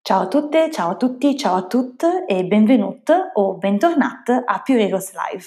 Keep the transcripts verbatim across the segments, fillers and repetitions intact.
Ciao a tutte, ciao a tutti, ciao a tutte e benvenuti o bentornati a Pure Heroes Live.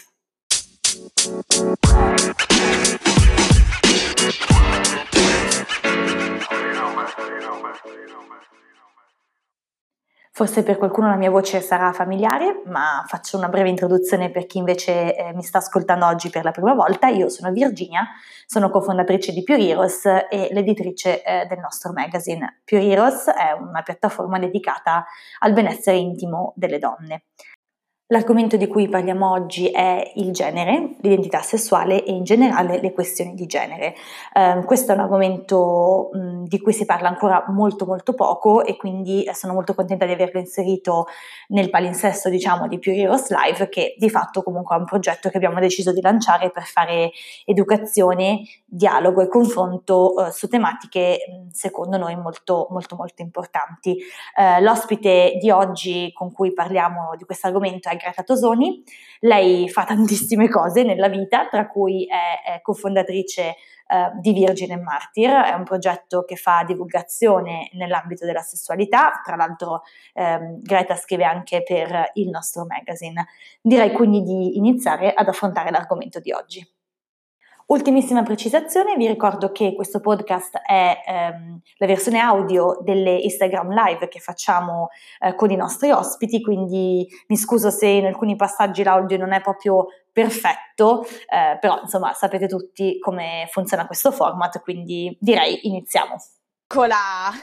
Forse per qualcuno la mia voce sarà familiare, ma faccio una breve introduzione per chi invece eh, mi sta ascoltando oggi per la prima volta. Io sono Virginia, sono cofondatrice di Pure Heroes e l'editrice eh, del nostro magazine. Pure Heroes è una piattaforma dedicata al benessere intimo delle donne. L'argomento di cui parliamo oggi è il genere, l'identità sessuale e in generale le questioni di genere. Eh, questo è un argomento mh, di cui si parla ancora molto molto poco e quindi eh, sono molto contenta di averlo inserito nel palinsesto, diciamo, di Pure Heroes Live, che di fatto comunque è un progetto che abbiamo deciso di lanciare per fare educazione, dialogo e confronto eh, su tematiche mh, secondo noi molto molto molto importanti. Eh, l'ospite di oggi con cui parliamo di questo argomento è Greta Tosoni. Lei fa tantissime cose nella vita, tra cui è, è cofondatrice eh, di Virgin and Martyr, è un progetto che fa divulgazione nell'ambito della sessualità. Tra l'altro ehm, Greta scrive anche per il nostro magazine. Direi quindi di iniziare ad affrontare l'argomento di oggi. Ultimissima precisazione, vi ricordo che questo podcast è ehm, la versione audio delle Instagram Live che facciamo eh, con i nostri ospiti, quindi mi scuso se in alcuni passaggi l'audio non è proprio perfetto, eh, però insomma sapete tutti come funziona questo format, quindi direi iniziamo. Eccola,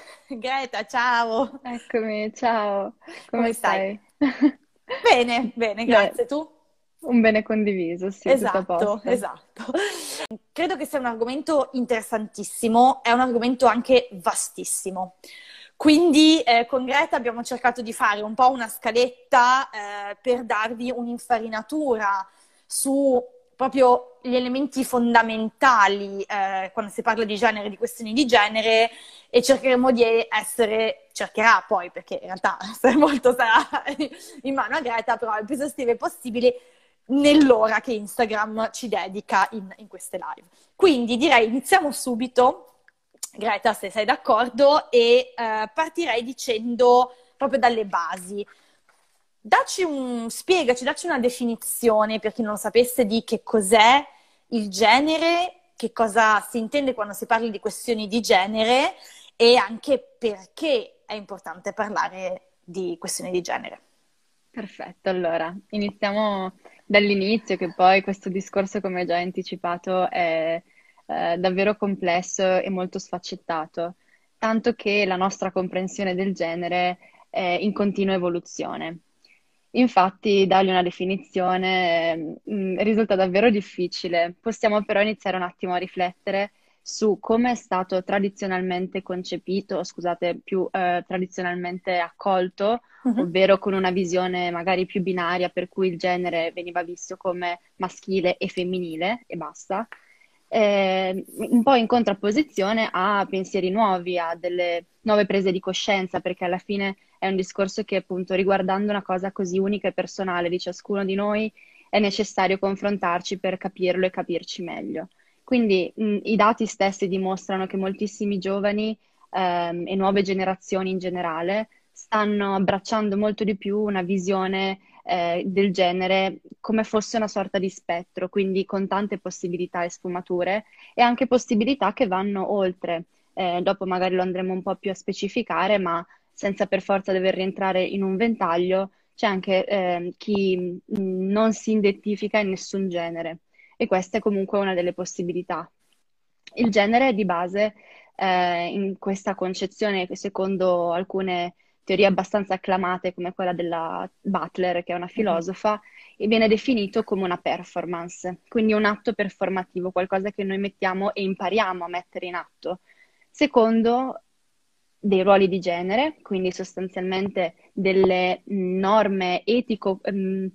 Greta, ciao! Eccomi, ciao, come, Come stai? stai? Bene, bene, grazie. Beh, Tu? un bene condiviso, sì, tutto a Esatto, posto. esatto. Credo che sia un argomento interessantissimo, è un argomento anche vastissimo. Quindi eh, con Greta abbiamo cercato di fare un po' una scaletta eh, per darvi un'infarinatura su proprio gli elementi fondamentali eh, quando si parla di genere, di questioni di genere, e cercheremo di essere, cercherà poi, perché in realtà molto sarà in mano a Greta, però il più esaustivo possibile nell'ora che Instagram ci dedica in, in queste live. Quindi direi iniziamo subito, Greta, se sei d'accordo, e eh, partirei dicendo proprio dalle basi. Dacci un, spiegaci, dacci una definizione per chi non lo sapesse di che cos'è il genere, che cosa si intende quando si parla di questioni di genere e anche perché è importante parlare di questioni di genere. Perfetto, allora iniziamo dall'inizio, che poi questo discorso, come già anticipato, è eh, davvero complesso e molto sfaccettato, tanto che la nostra comprensione del genere è in continua evoluzione. Infatti, dargli una definizione mh, risulta davvero difficile. Possiamo però iniziare un attimo a riflettere su come è stato tradizionalmente concepito, scusate, più eh, tradizionalmente accolto, Mhm. ovvero con una visione magari più binaria, per cui il genere veniva visto come maschile e femminile e basta, eh, un po' in contrapposizione a pensieri nuovi, a delle nuove prese di coscienza, perché alla fine è un discorso che, appunto, riguardando una cosa così unica e personale di ciascuno di noi, è necessario confrontarci per capirlo e capirci meglio. Quindi mh, i dati stessi dimostrano che moltissimi giovani ehm, e nuove generazioni in generale stanno abbracciando molto di più una visione eh, del genere come fosse una sorta di spettro, quindi con tante possibilità e sfumature e anche possibilità che vanno oltre. Eh, dopo magari lo andremo un po' più a specificare, ma senza per forza dover rientrare in un ventaglio, c'è anche eh, chi mh, non si identifica in nessun genere. E questa è comunque una delle possibilità. Il genere di base, eh, in questa concezione, che secondo alcune teorie abbastanza acclamate, come quella della Butler, che è una filosofa, e viene definito come una performance, quindi un atto performativo, qualcosa che noi mettiamo e impariamo a mettere in atto, secondo dei ruoli di genere, quindi sostanzialmente delle norme etico, ehm,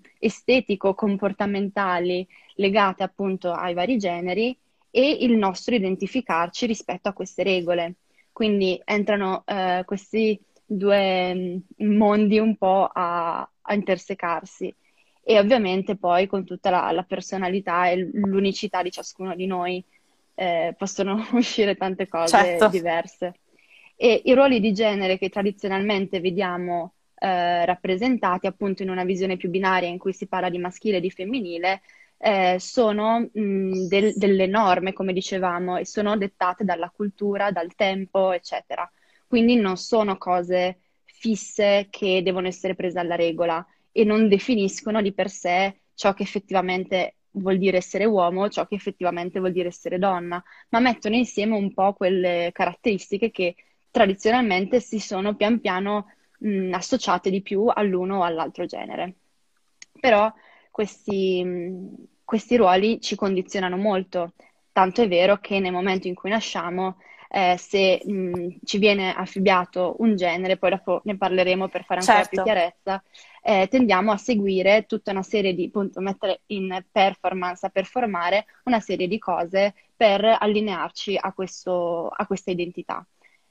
estetico-comportamentali legate appunto ai vari generi e il nostro identificarci rispetto a queste regole. Quindi entrano eh, questi due mm, mondi un po' a, a intersecarsi e ovviamente poi con tutta la, la personalità e l'unicità di ciascuno di noi eh, possono uscire tante cose Certo. diverse. E i ruoli di genere che tradizionalmente vediamo eh, rappresentati appunto in una visione più binaria in cui si parla di maschile e di femminile, eh, sono mh, del- delle norme, come dicevamo, e sono dettate dalla cultura, dal tempo, eccetera. Quindi non sono cose fisse che devono essere prese alla regola e non definiscono di per sé ciò che effettivamente vuol dire essere uomo, ciò che effettivamente vuol dire essere donna, ma mettono insieme un po' quelle caratteristiche che tradizionalmente si sono pian piano mh, associate di più all'uno o all'altro genere. Però questi, mh, questi ruoli ci condizionano molto, tanto è vero che nel momento in cui nasciamo, eh, se mh, ci viene affibbiato un genere, poi dopo ne parleremo per fare ancora più Certo. chiarezza, eh, tendiamo a seguire tutta una serie di, appunto, mettere in performance, a performare una serie di cose per allinearci a questo- a questa identità.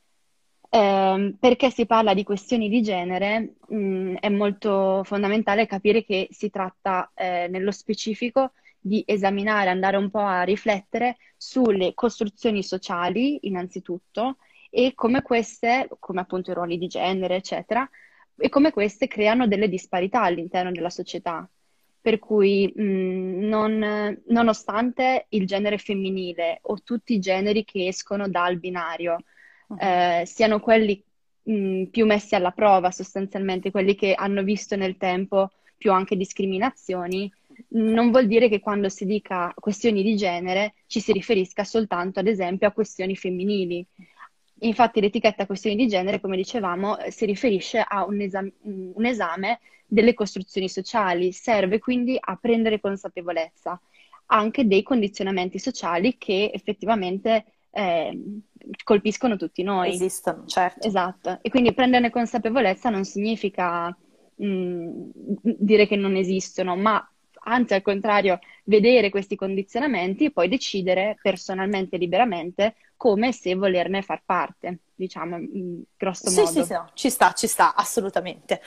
Ehm, perché si parla di questioni di genere, mh, è molto fondamentale capire che si tratta, eh, nello specifico di esaminare, andare un po' a riflettere sulle costruzioni sociali, innanzitutto, e come queste, come appunto i ruoli di genere, eccetera, e come queste creano delle disparità all'interno della società. Per cui, mh, non- nonostante il genere femminile o tutti i generi che escono dal binario Mhm. eh, siano quelli mh, più messi alla prova, sostanzialmente, quelli che hanno visto nel tempo più anche discriminazioni, non vuol dire che quando si dica questioni di genere ci si riferisca soltanto, ad esempio, a questioni femminili. Infatti l'etichetta questioni di genere, come dicevamo, eh, si riferisce a un esame, un esame delle costruzioni sociali, serve quindi a prendere consapevolezza anche dei condizionamenti sociali che effettivamente eh, colpiscono tutti noi. Esistono, certo. Esatto. E quindi prenderne consapevolezza non significa mh, dire che non esistono, ma anzi al contrario, vedere questi condizionamenti e poi decidere personalmente e liberamente come e se volerne far parte, diciamo, in grosso Sì, sì, modo. sì, no, ci sta, ci sta, assolutamente.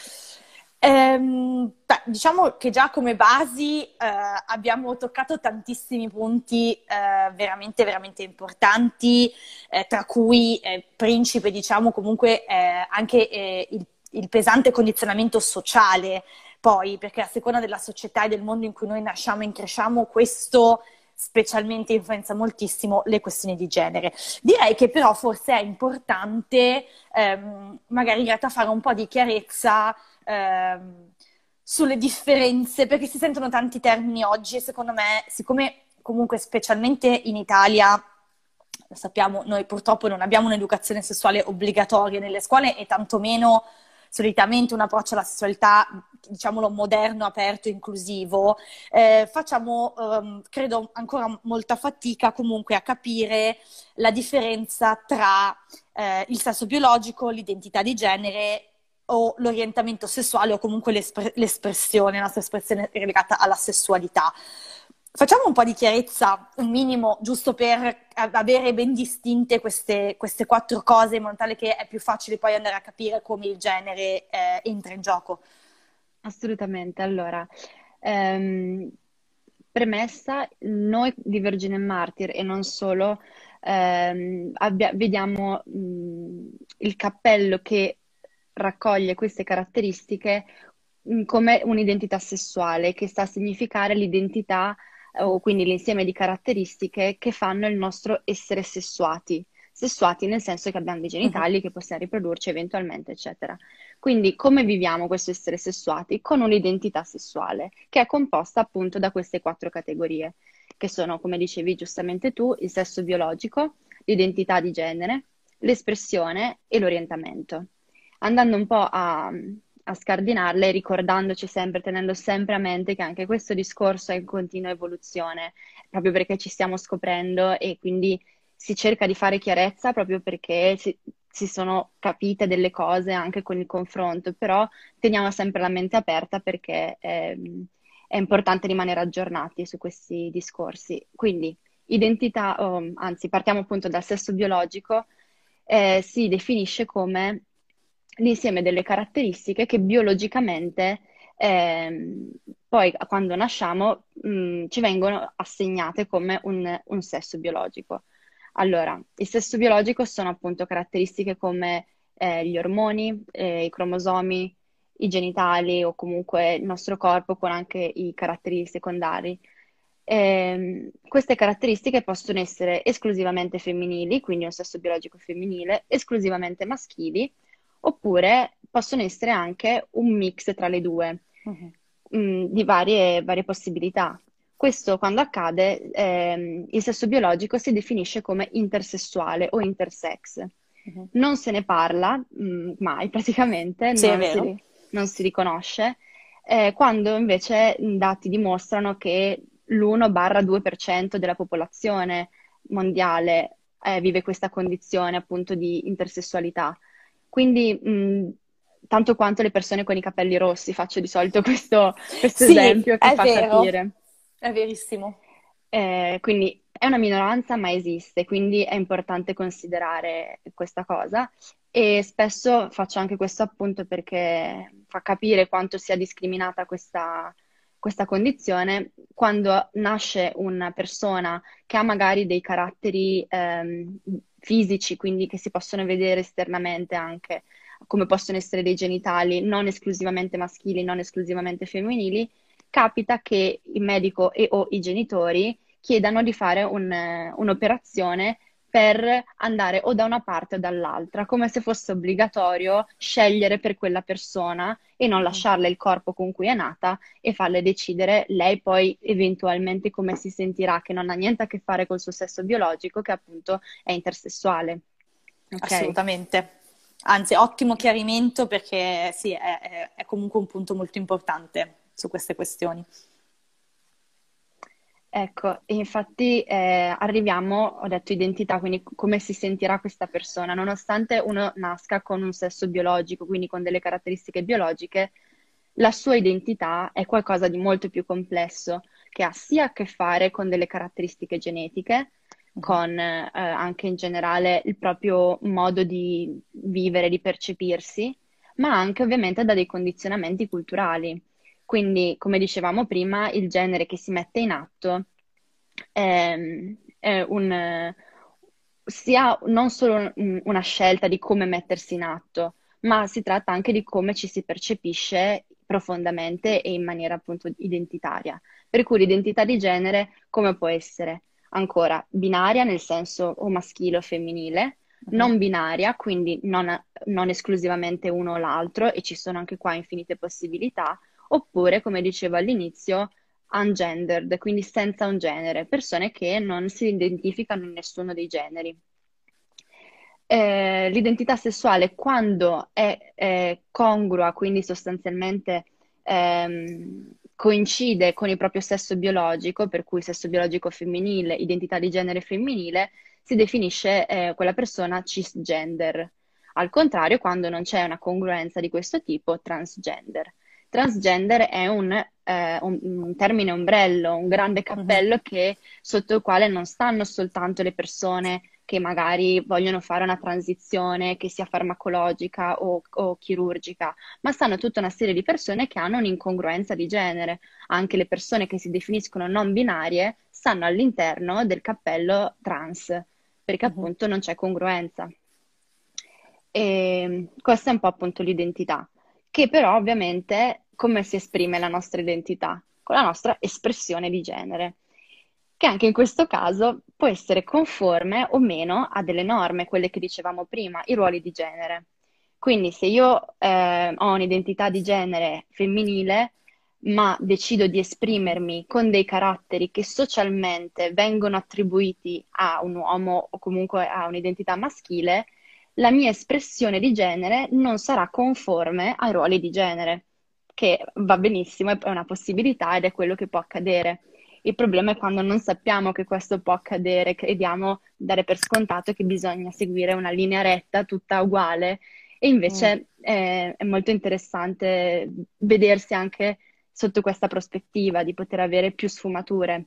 Ehm, beh, diciamo che già come basi eh, abbiamo toccato tantissimi punti eh, veramente, veramente importanti, eh, tra cui eh, principe, diciamo, comunque eh, anche eh, il, il pesante condizionamento sociale, poi, perché a seconda della società e del mondo in cui noi nasciamo e cresciamo, questo specialmente influenza moltissimo le questioni di genere. Direi che però forse è importante ehm, magari in realtà fare un po' di chiarezza ehm, sulle differenze, perché si sentono tanti termini oggi e secondo me, siccome comunque specialmente in Italia, lo sappiamo, noi purtroppo non abbiamo un'educazione sessuale obbligatoria nelle scuole e tantomeno solitamente un approccio alla sessualità, diciamolo, moderno, aperto, inclusivo, eh, facciamo, ehm, credo, ancora molta fatica comunque a capire la differenza tra eh, il sesso biologico, l'identità di genere o l'orientamento sessuale o comunque l'espre- l'espressione, la nostra espressione legata alla sessualità. Facciamo un po' di chiarezza, un minimo, giusto per avere ben distinte queste, queste quattro cose, in modo tale che è più facile poi andare a capire come il genere eh, entra in gioco. Assolutamente. Allora, ehm, premessa, noi di Virgin and Martyr e non solo, ehm, abbia- vediamo mh, il cappello che raccoglie queste caratteristiche mh, come un'identità sessuale, che sta a significare l'identità eh, o quindi l'insieme di caratteristiche che fanno il nostro essere sessuati. Sessuati nel senso che abbiamo dei Mhm. genitali che possiamo riprodurci eventualmente, eccetera. Quindi come viviamo questo essere sessuati? Con un'identità sessuale che è composta appunto da queste quattro categorie, che sono, come dicevi giustamente tu, il sesso biologico, l'identità di genere, l'espressione e l'orientamento. Andando un po' a, a scardinarle, ricordandoci sempre, tenendo sempre a mente che anche questo discorso è in continua evoluzione, proprio perché ci stiamo scoprendo e quindi si cerca di fare chiarezza proprio perché si, si sono capite delle cose anche con il confronto, però teniamo sempre la mente aperta perché ehm, è importante rimanere aggiornati su questi discorsi. Quindi, identità, o, anzi, partiamo appunto dal sesso biologico, eh, si definisce come l'insieme delle caratteristiche che biologicamente ehm, poi quando nasciamo mh, ci vengono assegnate come un, un sesso biologico. Allora, il sesso biologico sono appunto caratteristiche come eh, gli ormoni, eh, i cromosomi, i genitali o comunque il nostro corpo con anche i caratteri secondari. Ehm, queste caratteristiche possono essere esclusivamente femminili, quindi un sesso biologico femminile, esclusivamente maschili, oppure possono essere anche un mix tra le due, Mhm. mh, di varie, varie possibilità. Questo quando accade, ehm, il sesso biologico si definisce come intersessuale o intersex. Mhm. Non se ne parla, mh, mai praticamente, Sì, è non si, vero. ri- non si riconosce, eh, quando invece i dati dimostrano che l'uno-due per cento della popolazione mondiale eh, vive questa condizione appunto di intersessualità. Quindi, mh, tanto quanto le persone con i capelli rossi, faccio di solito questo, questo Sì, esempio che è fa vero, capire. è verissimo. Eh, quindi è una minoranza, ma esiste, quindi è importante considerare questa cosa. E spesso faccio anche questo appunto perché fa capire quanto sia discriminata questa, questa condizione quando nasce una persona che ha magari dei caratteri ehm, fisici, quindi che si possono vedere esternamente anche, come possono essere dei genitali non esclusivamente maschili, non esclusivamente femminili. Capita che il medico e o i genitori chiedano di fare un, eh, un'operazione per andare o da una parte o dall'altra, come se fosse obbligatorio scegliere per quella persona e non Mhm. lasciarle il corpo con cui è nata e farle decidere lei poi eventualmente come si sentirà, che non ha niente a che fare col suo sesso biologico, che appunto è intersessuale. Ok? Assolutamente. Anzi, ottimo chiarimento perché sì, è, è- è comunque un punto molto importante su queste questioni. Ecco, e infatti eh, arriviamo, ho detto identità, quindi c- come si sentirà questa persona, nonostante uno nasca con un sesso biologico, quindi con delle caratteristiche biologiche, la sua identità è qualcosa di molto più complesso, che ha sia a che fare con delle caratteristiche genetiche, Mhm. con eh, anche in generale il proprio modo di vivere, di percepirsi, ma anche ovviamente da dei condizionamenti culturali. Quindi, come dicevamo prima, il genere che si mette in atto è, è un, eh, sia non solo un- una scelta di come mettersi in atto, ma si tratta anche di come ci si percepisce profondamente e in maniera appunto identitaria. Per cui l'identità di genere come può essere? Ancora binaria nel senso o maschile o femminile, Mhm. non binaria, quindi non, non esclusivamente uno o l'altro, e ci sono anche qua infinite possibilità, oppure, come dicevo all'inizio, ungendered, quindi senza un genere, persone che non si identificano in nessuno dei generi. Eh, l'identità sessuale, quando è eh, congrua, quindi sostanzialmente ehm, coincide con il proprio sesso biologico, per cui sesso biologico femminile, identità di genere femminile, si definisce eh, quella persona cisgender. Al contrario, quando non c'è una congruenza di questo tipo, transgender. Transgender è un, eh, un- un termine ombrello, un grande Mhm. cappello che, sotto il quale non stanno soltanto le persone che magari vogliono fare una transizione che sia farmacologica o, o chirurgica, ma stanno tutta una serie di persone che hanno un'incongruenza di genere. Anche le persone che si definiscono non binarie stanno all'interno del cappello trans, perché Mhm. appunto non c'è congruenza. E questa è un po' appunto l'identità, che però ovviamente come si esprime la nostra identità? Con la nostra espressione di genere, che anche in questo caso può essere conforme o meno a delle norme, quelle che dicevamo prima, i ruoli di genere. Quindi se io eh, ho un'identità di genere femminile, ma decido di esprimermi con dei caratteri che socialmente vengono attribuiti a un uomo o comunque a un'identità maschile, la mia espressione di genere non sarà conforme ai ruoli di genere, che va benissimo, è una possibilità ed è quello che può accadere. Il problema è quando non sappiamo che questo può accadere, crediamo dare per scontato che bisogna seguire una linea retta, tutta uguale, e Mm. invece eh, è molto interessante vedersi anche sotto questa prospettiva, di poter avere più sfumature.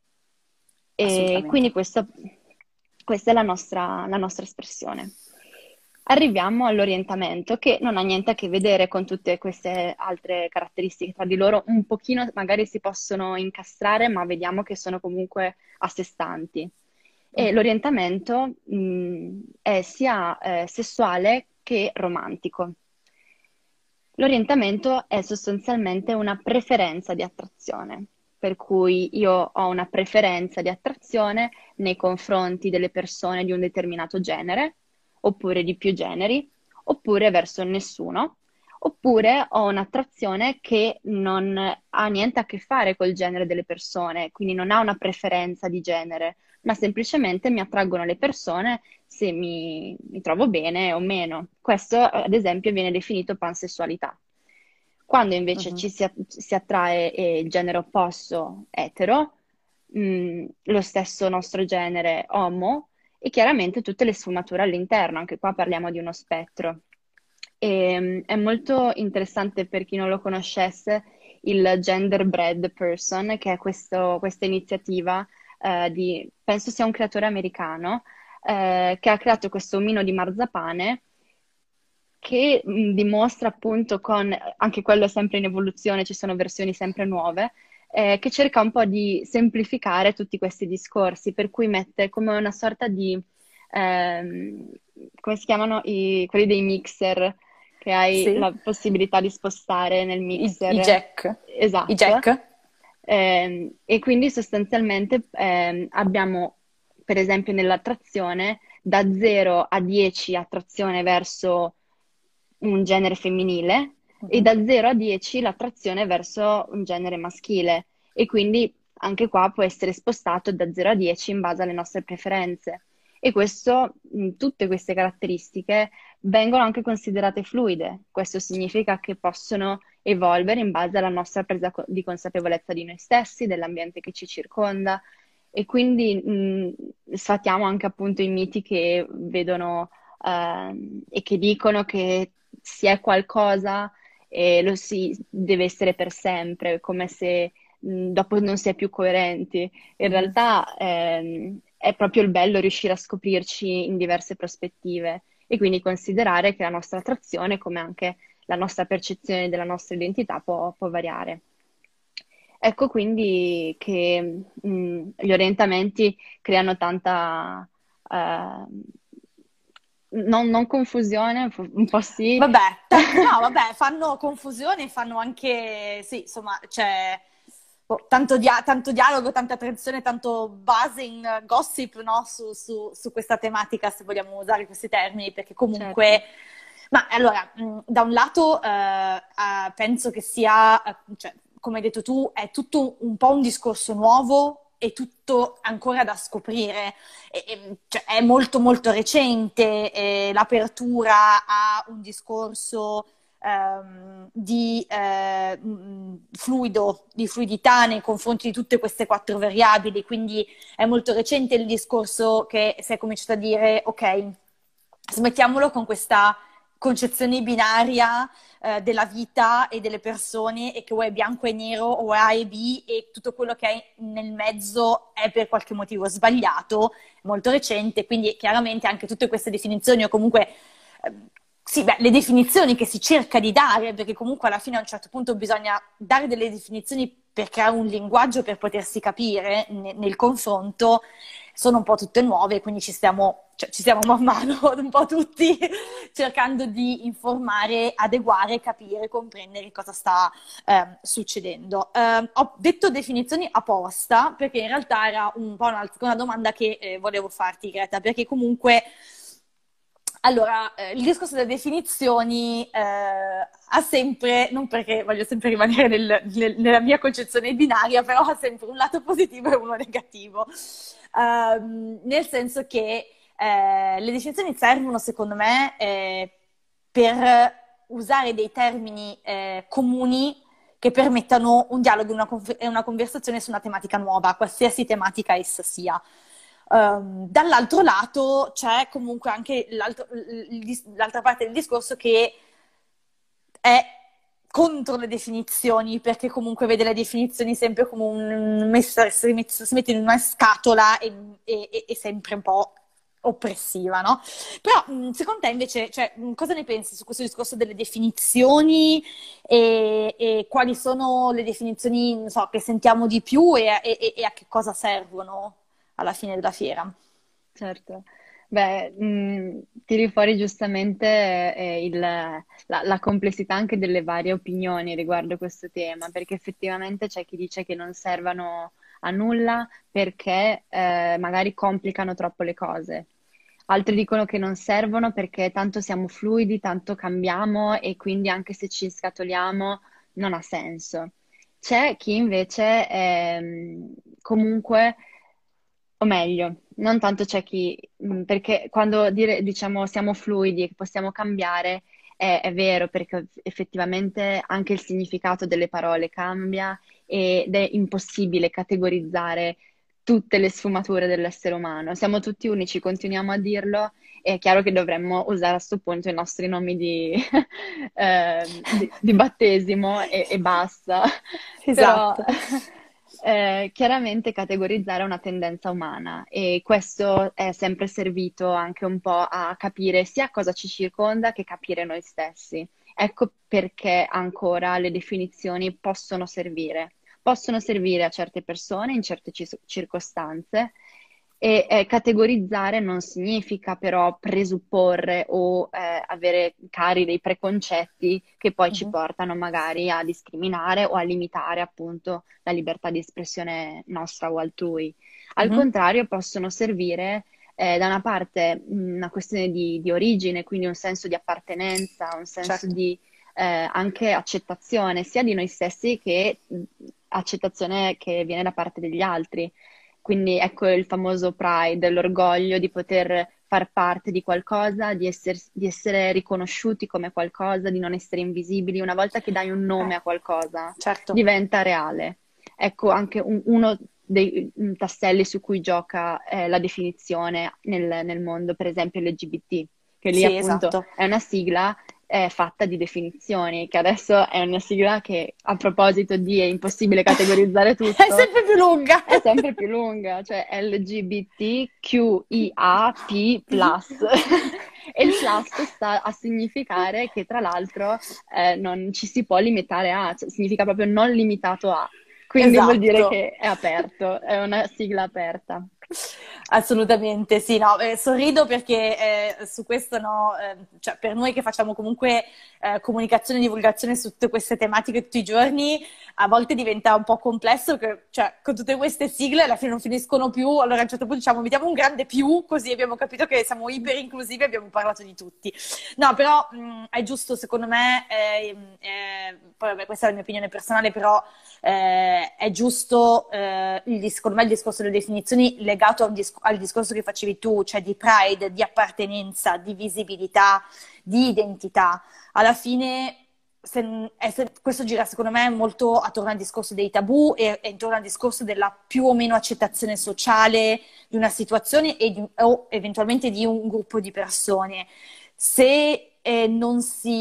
E Assolutamente. quindi questo- questa è la nostra, la nostra espressione. Arriviamo all'orientamento, che non ha niente a che vedere con tutte queste altre caratteristiche tra di loro, un pochino magari si possono incastrare, ma vediamo che sono comunque a sé stanti. E l'orientamento mh, è sia eh, sessuale che romantico. L'orientamento è sostanzialmente una preferenza di attrazione, per cui io ho una preferenza di attrazione nei confronti delle persone di un determinato genere, oppure di più generi, oppure verso nessuno, oppure ho un'attrazione che non ha niente a che fare col genere delle persone, quindi non ha una preferenza di genere, ma semplicemente mi attraggono le persone se mi, mi trovo bene o meno. Questo, ad esempio, viene definito pansessualità. Quando invece Mhm. ci si, a- si attrae eh, il genere opposto etero, mh, lo stesso nostro genere omo, e chiaramente tutte le sfumature all'interno, anche qua parliamo di uno spettro. E, mh, è molto interessante per chi non lo conoscesse il Gender Bread Person, che è questo- questa iniziativa eh, di, penso sia un creatore americano, eh, che ha creato questo omino di marzapane che mh, dimostra appunto con, anche quello è sempre in evoluzione, ci sono versioni sempre nuove, eh, che cerca un po' di semplificare tutti questi discorsi, per cui mette come una sorta di, ehm, come si chiamano i- quelli dei mixer, che hai Sì, la possibilità di spostare nel i, i mixer. jack, i Esatto. jack. Ehm, e quindi sostanzialmente ehm, abbiamo, per esempio, nell'attrazione da zero a dieci attrazione verso un genere femminile e Mhm. da zero a dieci l'attrazione verso un genere maschile. E quindi anche qua può essere spostato da zero a dieci in base alle nostre preferenze. E questo, mh, tutte queste caratteristiche vengono anche considerate fluide. Questo significa che possono evolvere in base alla nostra presa co- di consapevolezza di noi stessi, dell'ambiente che ci circonda. E quindi mh, sfatiamo anche appunto i miti che vedono ehm, e che dicono che si è qualcosa e lo si deve essere per sempre, come se mh, dopo non si è più coerenti. In Mhm. realtà ehm, è proprio il bello riuscire a scoprirci in diverse prospettive e quindi considerare che la nostra attrazione, come anche la nostra percezione della nostra identità, può, può variare. Ecco quindi che mh, gli orientamenti creano tanta, eh, non, non confusione, un po' sì. Vabbè, tanto, no, vabbè, fanno confusione, fanno anche, sì, insomma, c'è boh, tanto, dia- tanto dialogo, tanta attenzione, tanto buzzing, gossip, no, su, su- su questa tematica, se vogliamo usare questi termini, perché Certo, comunque, ma allora, mh, da un lato, eh, eh, penso che sia, eh, cioè, come hai detto tu, è tutto un po' un discorso nuovo e tutto ancora da scoprire e- e, cioè, è molto molto recente eh, l'apertura a un discorso ehm, di eh, mh, fluido, di fluidità nei confronti di tutte queste quattro variabili, quindi è molto recente il discorso che si è cominciato a dire, ok, smettiamolo con questa concezione binaria eh, della vita e delle persone e che o è bianco e nero o è A e B e tutto quello che è nel mezzo è per qualche motivo sbagliato, molto recente, quindi chiaramente anche tutte queste definizioni o comunque eh, sì, beh, le definizioni che si cerca di dare, perché comunque alla fine a un certo punto bisogna dare delle definizioni per creare un linguaggio per potersi capire ne- nel confronto, sono un po' tutte nuove, quindi ci stiamo, cioè, ci stiamo man mano un po' tutti cercando di informare, adeguare, capire, comprendere cosa sta ehm, succedendo. Ehm, ho detto definizioni apposta perché in realtà era un po' una, una domanda che eh, volevo farti, Greta, perché comunque allora, eh, il discorso delle definizioni eh, ha sempre, non perché voglio sempre rimanere nel- nel- nella mia concezione binaria, però ha sempre un lato positivo e uno negativo. Ehm, nel senso che eh, le definizioni servono, secondo me, eh, per usare dei termini eh, comuni che permettano un dialogo e una, conf- e una conversazione su una tematica nuova, qualsiasi tematica essa sia. Um, dall'altro lato c'è comunque anche l'altro- il- il- l'altra parte del discorso che è contro le definizioni, perché comunque vede le definizioni sempre come un messa- si mette, si mette in una scatola e, e- e sempre un po' oppressiva, no? Però mh, secondo te invece, cioè, mh, cosa ne pensi su questo discorso delle definizioni e, e quali sono le definizioni, non so, che sentiamo di più e, e- e a che cosa servono alla fine della fiera? Certo. Beh, mh, tiri fuori giustamente eh, il- la, la complessità anche delle varie opinioni riguardo questo tema, perché effettivamente c'è chi dice che non servano a nulla perché eh, magari complicano troppo le cose. Altri dicono che non servono perché tanto siamo fluidi, tanto cambiamo e quindi anche se ci scatoliamo non ha senso. C'è chi invece ehm, comunque, o meglio, non tanto c'è chi, mh, perché quando dire, diciamo siamo fluidi e che possiamo cambiare, è, è vero, perché effettivamente anche il significato delle parole cambia ed è impossibile categorizzare tutte le sfumature dell'essere umano. Siamo tutti unici, continuiamo a dirlo, e è chiaro che dovremmo usare a questo punto i nostri nomi di, eh, di- di battesimo e, e basta. Però Esatto. eh, chiaramente categorizzare è una tendenza umana e questo è sempre servito anche un po' a capire sia cosa ci circonda che capire noi stessi. Ecco perché ancora le definizioni possono servire. Possono servire a certe persone in certe ci- circostanze e eh, categorizzare non significa però presupporre o eh, avere cari dei preconcetti che poi ci Mhm, portano magari a discriminare o a limitare appunto la libertà di espressione nostra o altrui. Al mhm. contrario, possono servire eh, da una parte mh, una questione di, di origine, quindi un senso di appartenenza, un senso Certo. di eh, anche accettazione sia di noi stessi che mh, accettazione che viene da parte degli altri. Quindi ecco il famoso pride, l'orgoglio di poter far parte di qualcosa, di esser- di essere riconosciuti come qualcosa, di non essere invisibili. Una volta che dai un Eh, nome a qualcosa, certo. diventa reale. Ecco anche un- uno dei mm, tasselli su cui gioca eh, la definizione nel, nel mondo, per esempio l'L G B T, che lì Sì, appunto esatto. è una sigla eh, fatta di definizioni, che adesso è una sigla che a proposito di è impossibile categorizzare È tutto, sempre più lunga. è sempre più lunga, cioè L G B T Q I A P plus. E il plus sta a significare che tra l'altro eh, non ci si può limitare a, cioè, significa proprio non limitato a, quindi vuol dire Esatto. che è aperto, è una sigla aperta. Assolutamente sì, no, eh, sorrido perché eh, su questo no, eh, cioè per noi che facciamo comunque eh, comunicazione e divulgazione su tutte queste tematiche tutti i giorni, a volte diventa un po' complesso, perché, cioè con tutte queste sigle alla fine non finiscono più, allora a un certo punto diciamo mettiamo un grande più, così abbiamo capito che siamo iper inclusivi e abbiamo parlato di tutti. No, però mh, è giusto secondo me, eh, eh, poi vabbè, questa è la mia opinione personale, però eh, è giusto, eh, il, secondo me, il discorso delle definizioni legato a un dis- al discorso che facevi tu, cioè di pride, di appartenenza, di visibilità, di identità. Alla fine, se- è se- questo gira secondo me molto attorno al discorso dei tabù e, e intorno al discorso della più o meno accettazione sociale di una situazione e di- o eventualmente di un gruppo di persone. Se eh, non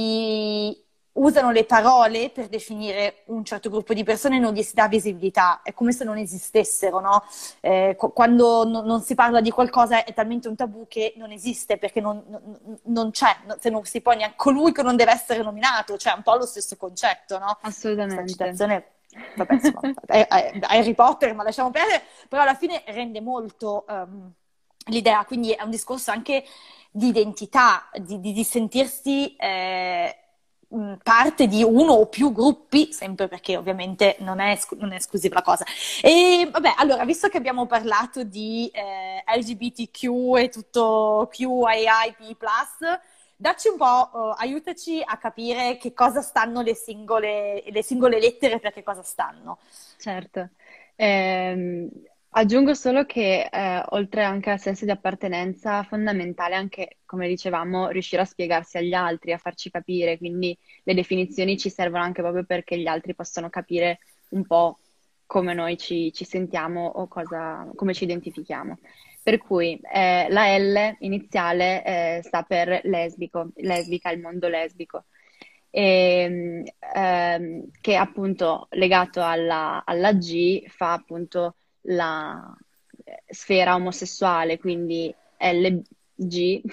si usano le parole per definire un certo gruppo di persone, non gli si dà visibilità, è come se non esistessero, no? Eh, qu- quando no- non si parla di qualcosa è talmente un tabù che non esiste perché non, non- non c'è, no- se non si pone neanche colui che non deve essere nominato, cioè è un po' lo stesso concetto, no? Questa Assolutamente. citazione, vabbè, insomma, è, è- è Harry Potter, ma lasciamo perdere, però alla fine rende molto ehm, l'idea, quindi è un discorso anche di identità, di, di- di sentirsi eh, mh, parte di uno o più gruppi, sempre perché ovviamente non è, esclu- non è esclusiva la cosa. E vabbè, allora, visto che abbiamo parlato di eh, L G B T Q e tutto Q I A P plus, dacci un po', eh, aiutaci a capire che cosa stanno le singole, le singole lettere per che cosa stanno. Certo. Ehm, aggiungo solo che eh, oltre anche al senso di appartenenza, fondamentale anche, come dicevamo, riuscire a spiegarsi agli altri, a farci capire, quindi le definizioni ci servono anche proprio perché gli altri possano capire un po' come noi ci, ci sentiamo o cosa, come ci identifichiamo. Per cui eh, la L iniziale eh, sta per lesbico, lesbica, il mondo lesbico e, ehm, che appunto legato alla, alla G fa appunto la eh, sfera omosessuale, quindi L G,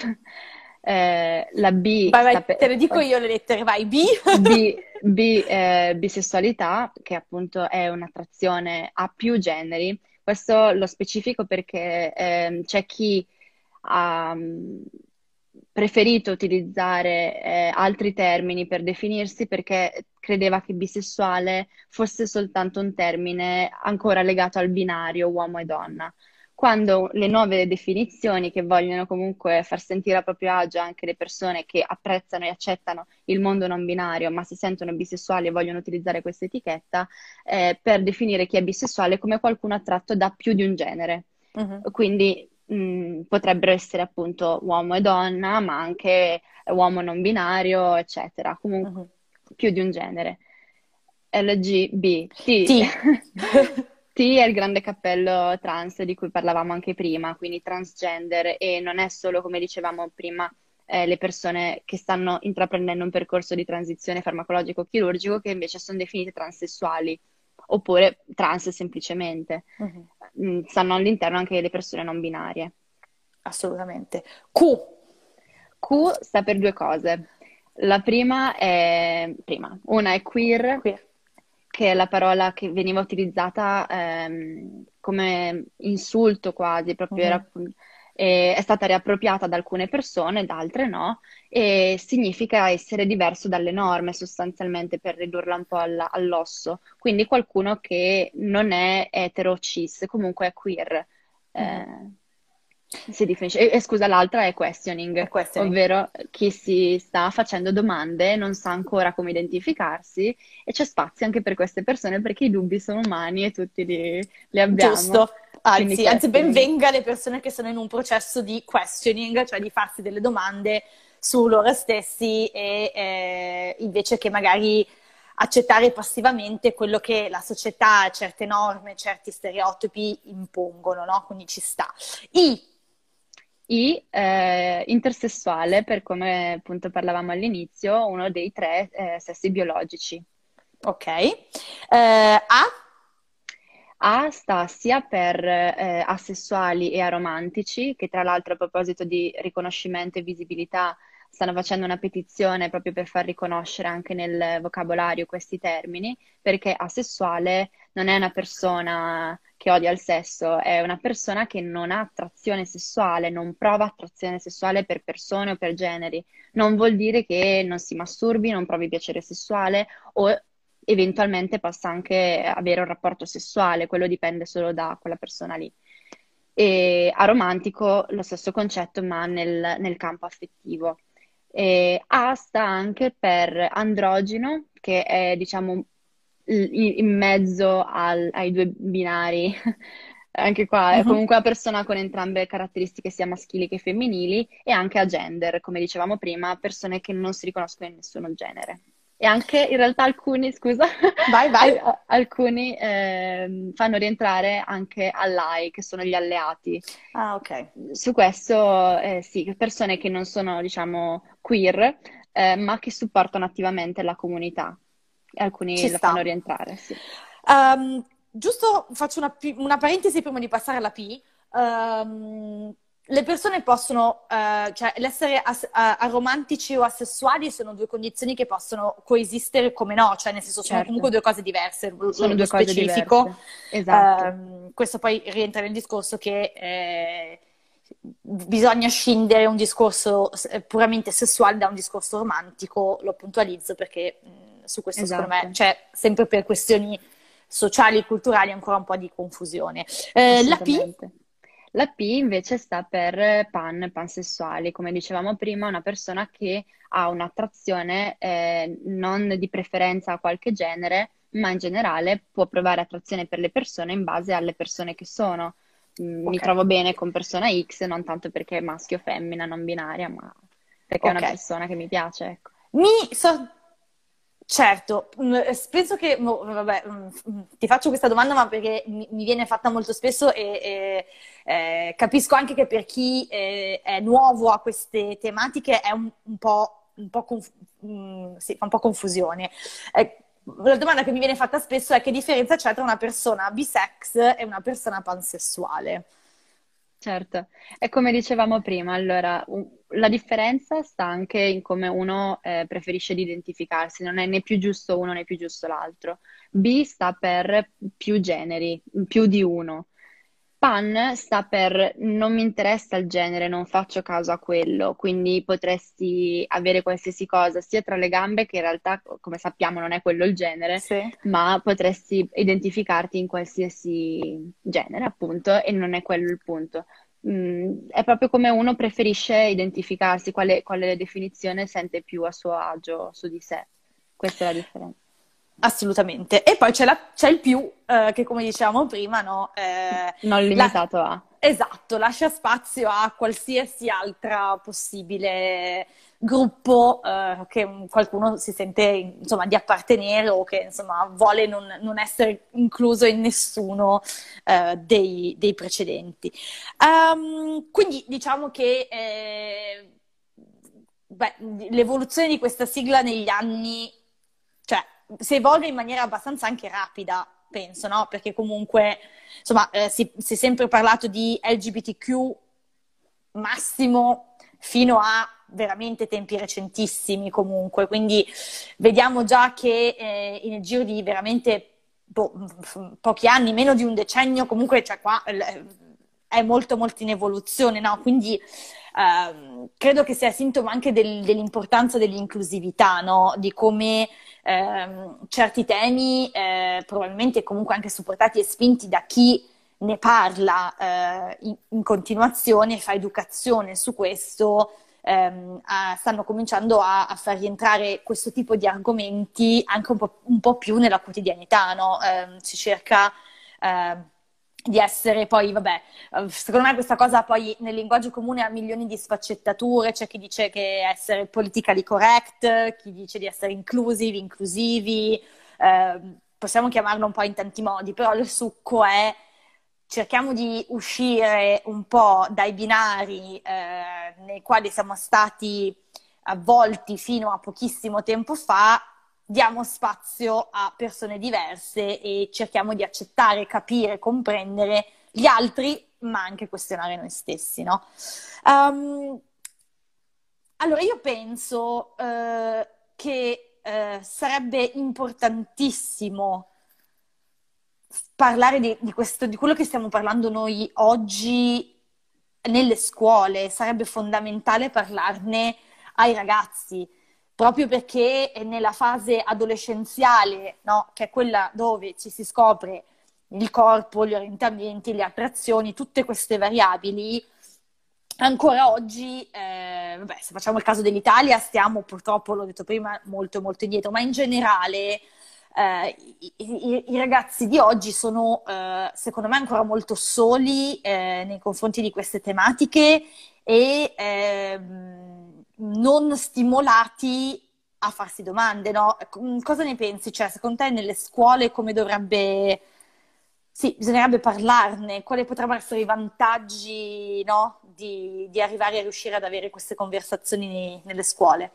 eh, la B Vai, sta vai, te per le dico io le lettere, vai, B. B, B, eh, bisessualità, che appunto è un'attrazione a più generi. Questo lo specifico perché ehm, c'è chi ha mh, preferito utilizzare eh, altri termini per definirsi perché credeva che bisessuale fosse soltanto un termine ancora legato al binario uomo e donna. Quando le nuove definizioni che vogliono comunque far sentire a proprio agio anche le persone che apprezzano e accettano il mondo non binario, ma si sentono bisessuali e vogliono utilizzare questa etichetta, eh, per definire chi è bisessuale come qualcuno attratto da più di un genere. Mhm. Quindi mh, potrebbero essere appunto uomo e donna, ma anche uomo non binario, eccetera. Comunque Mhm. più di un genere. L G B T. Sì. T è il grande cappello trans di cui parlavamo anche prima, quindi transgender, e non è solo, come dicevamo prima, eh, le persone che stanno intraprendendo un percorso di transizione farmacologico-chirurgico che invece sono definite transessuali, oppure trans semplicemente. Mhm. Mm, stanno all'interno anche le persone non binarie. Assolutamente. Q. Q sta per due cose. La prima è, prima, una è queer, Qui. che è la parola che veniva utilizzata ehm, come insulto quasi, proprio Mhm. era, e è stata riappropriata da alcune persone, da altre no, e significa essere diverso dalle norme sostanzialmente per ridurla un po' alla- all'osso. Quindi qualcuno che non è etero cis, comunque è queer. Mhm. Eh, si definisce. E, e scusa, l'altra è È questioning, questioning. ovvero chi si sta facendo domande, non sa ancora come identificarsi e c'è spazio anche per queste persone perché i dubbi sono umani e tutti li, li abbiamo. Giusto. Quindi Anzi, anzi, ben questioning. venga le persone che sono in un processo di questioning, cioè di farsi delle domande su loro stessi e eh, invece che magari accettare passivamente quello che la società, certe norme, certi stereotipi impongono, no? Quindi ci sta. I. I, eh, intersessuale, per come appunto parlavamo all'inizio, uno dei tre eh, sessi biologici. Ok. Eh, A. A sta sia per eh, asessuali e aromantici, che tra l'altro a proposito di riconoscimento e visibilità stanno facendo una petizione proprio per far riconoscere anche nel vocabolario questi termini, perché asessuale non è una persona che odia il sesso, è una persona che non ha attrazione sessuale, non prova attrazione sessuale per persone o per generi. Non vuol dire che non si masturbi, non provi piacere sessuale o eventualmente possa anche avere un rapporto sessuale, quello dipende solo da quella persona lì. E aromantico, lo stesso concetto, ma nel, nel campo affettivo. E A sta anche per androgino, che è, diciamo, i- in mezzo al- ai due binari. Anche qua è Mhm. comunque una persona con entrambe le caratteristiche sia maschili che femminili, e anche a gender, come dicevamo prima, persone che non si riconoscono in nessun genere. E anche in realtà alcuni, scusa, Vai, vai. al- alcuni ehm, fanno rientrare anche ally, che sono gli alleati. Ah, ok. Su questo, eh, sì, persone che non sono, diciamo, queer, eh, ma che supportano attivamente la comunità. Ci Alcuni la fanno sta. rientrare, sì. Ehm, giusto faccio una, pi- una parentesi prima di passare alla P. Ehm, le persone possono, eh, cioè l'essere as- a- aromantici o asessuali sono due condizioni che possono coesistere come no, cioè nel senso sono comunque Certo, due cose diverse, lo, sono lo due cose specifico. diverse. Esatto, Ehm, questo poi rientra nel discorso che eh, bisogna scindere un discorso eh, puramente sessuale da un discorso romantico, lo puntualizzo perché mh, su questo secondo me esatto, c'è sempre per questioni sociali e culturali ancora un po' di confusione. Eh, la P. assolutamente. La P invece sta per pan, pansessuali, come dicevamo prima, una persona che ha un'attrazione eh, non di preferenza a qualche genere, ma in generale può provare attrazione per le persone in base alle persone che sono. Mm, mi Ok, trovo bene con persona X, non tanto perché è maschio o femmina, non binaria, ma perché è una ok. persona che mi piace, ecco. Mi so- Certo, mm, eh, penso che, mo, vabbè, mm, mm, ti faccio questa domanda, ma perché mi, mi viene fatta molto spesso e, e, eh, capisco anche che per chi eh, è nuovo a queste tematiche è un, un po', un po' conf- mm, sì, fa un po' confusione. Eh, la domanda che mi viene fatta spesso è che differenza c'è tra una persona bisex e una persona pansessuale. Certo, è come dicevamo prima, allora u- la differenza sta anche in come uno eh, preferisce di identificarsi, non è né più giusto uno né più giusto l'altro. B sta per più generi, più di uno. Pan sta per non mi interessa il genere, non faccio caso a quello, quindi potresti avere qualsiasi cosa sia tra le gambe, che in realtà, come sappiamo, non è quello il genere, Sì. ma potresti identificarti in qualsiasi genere, appunto, e non è quello il punto. Mm, è proprio come uno preferisce identificarsi, quale, quale definizione sente più a suo agio su di sé. Questa è la differenza. Assolutamente. E poi c'è, la- c'è il più, eh, che come dicevamo prima, no? Eh, Non la- limitato a. esatto, lascia spazio a qualsiasi altra possibile gruppo, eh, che un- qualcuno si sente, insomma, di appartenere o che, insomma, vuole non, non essere incluso in nessuno, eh, dei, dei precedenti. Ehm, quindi diciamo che, eh, beh, l'evoluzione di questa sigla negli anni, cioè, si evolve in maniera abbastanza anche rapida, penso, no? Perché comunque, insomma, eh, si, si è sempre parlato di L G B T Q massimo fino a veramente tempi recentissimi comunque, quindi vediamo già che eh, nel giro di veramente boh, f- pochi anni, meno di un decennio, comunque cioè, qua eh, è molto molto in evoluzione, no? Quindi ehm, credo che sia sintomo anche del- dell'importanza dell'inclusività, no? Di come ehm, certi temi, eh, probabilmente comunque anche supportati e spinti da chi ne parla eh, in, in continuazione, fa educazione su questo, ehm, a- stanno cominciando a, a far rientrare questo tipo di argomenti anche un po', un po' più nella quotidianità, no? Ehm, si cerca eh, di essere poi, vabbè, eh, secondo me questa cosa poi nel linguaggio comune ha milioni di sfaccettature, c'è chi dice che essere politically correct, chi dice di essere inclusive, inclusivi, eh, possiamo chiamarlo un po' in tanti modi, però il succo è cerchiamo di uscire un po' dai binari eh, nei quali siamo stati avvolti fino a pochissimo tempo fa, diamo spazio a persone diverse e cerchiamo di accettare, capire, comprendere gli altri, ma anche questionare noi stessi, no? Um, allora, io penso eh, che eh, sarebbe importantissimo parlare di, di questo, di quello che stiamo parlando noi oggi nelle scuole, sarebbe fondamentale parlarne ai ragazzi, proprio perché è nella fase adolescenziale, no? Che è quella dove ci si scopre il corpo, gli orientamenti, le attrazioni, tutte queste variabili. Ancora oggi, eh, vabbè, se facciamo il caso dell'Italia, stiamo purtroppo, l'ho detto prima, molto molto indietro, ma in generale eh, i, i- i ragazzi di oggi sono, eh, secondo me, ancora molto soli eh, nei confronti di queste tematiche e ehm, non stimolati a farsi domande, no? Cosa ne pensi? Cioè, secondo te nelle scuole come dovrebbe... Sì, bisognerebbe parlarne, quali potrebbero essere i vantaggi, no, di, di arrivare a riuscire ad avere queste conversazioni nelle scuole?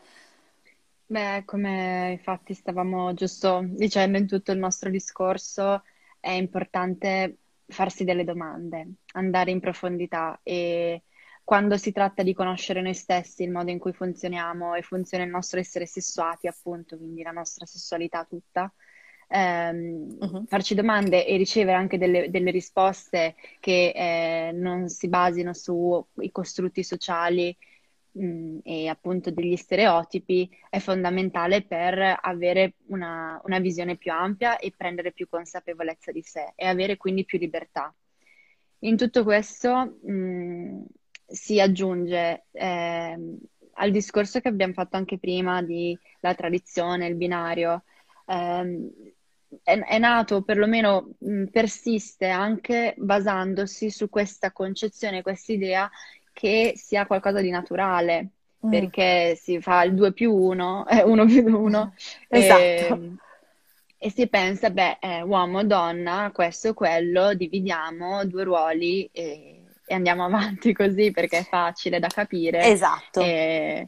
Beh, come infatti stavamo giusto dicendo in tutto il nostro discorso, è importante farsi delle domande, andare in profondità e quando si tratta di conoscere noi stessi, il modo in cui funzioniamo e funziona il nostro essere sessuati, appunto, quindi la nostra sessualità tutta, ehm, Mhm. farci domande e ricevere anche delle, delle risposte che eh, non si basino sui costrutti sociali mh, e appunto degli stereotipi è fondamentale per avere una, una visione più ampia e prendere più consapevolezza di sé e avere quindi più libertà. In tutto questo, mh, si aggiunge ehm, al discorso che abbiamo fatto anche prima di la tradizione, il binario, ehm, è, è nato, perlomeno mh, persiste anche basandosi su questa concezione, questa idea che sia qualcosa di naturale, Mm. perché si fa il due più uno, eh, uno più uno, Esatto. e, e si pensa, beh, eh, uomo, donna, questo e quello, dividiamo due ruoli e, e andiamo avanti così perché è facile da capire. Esatto. E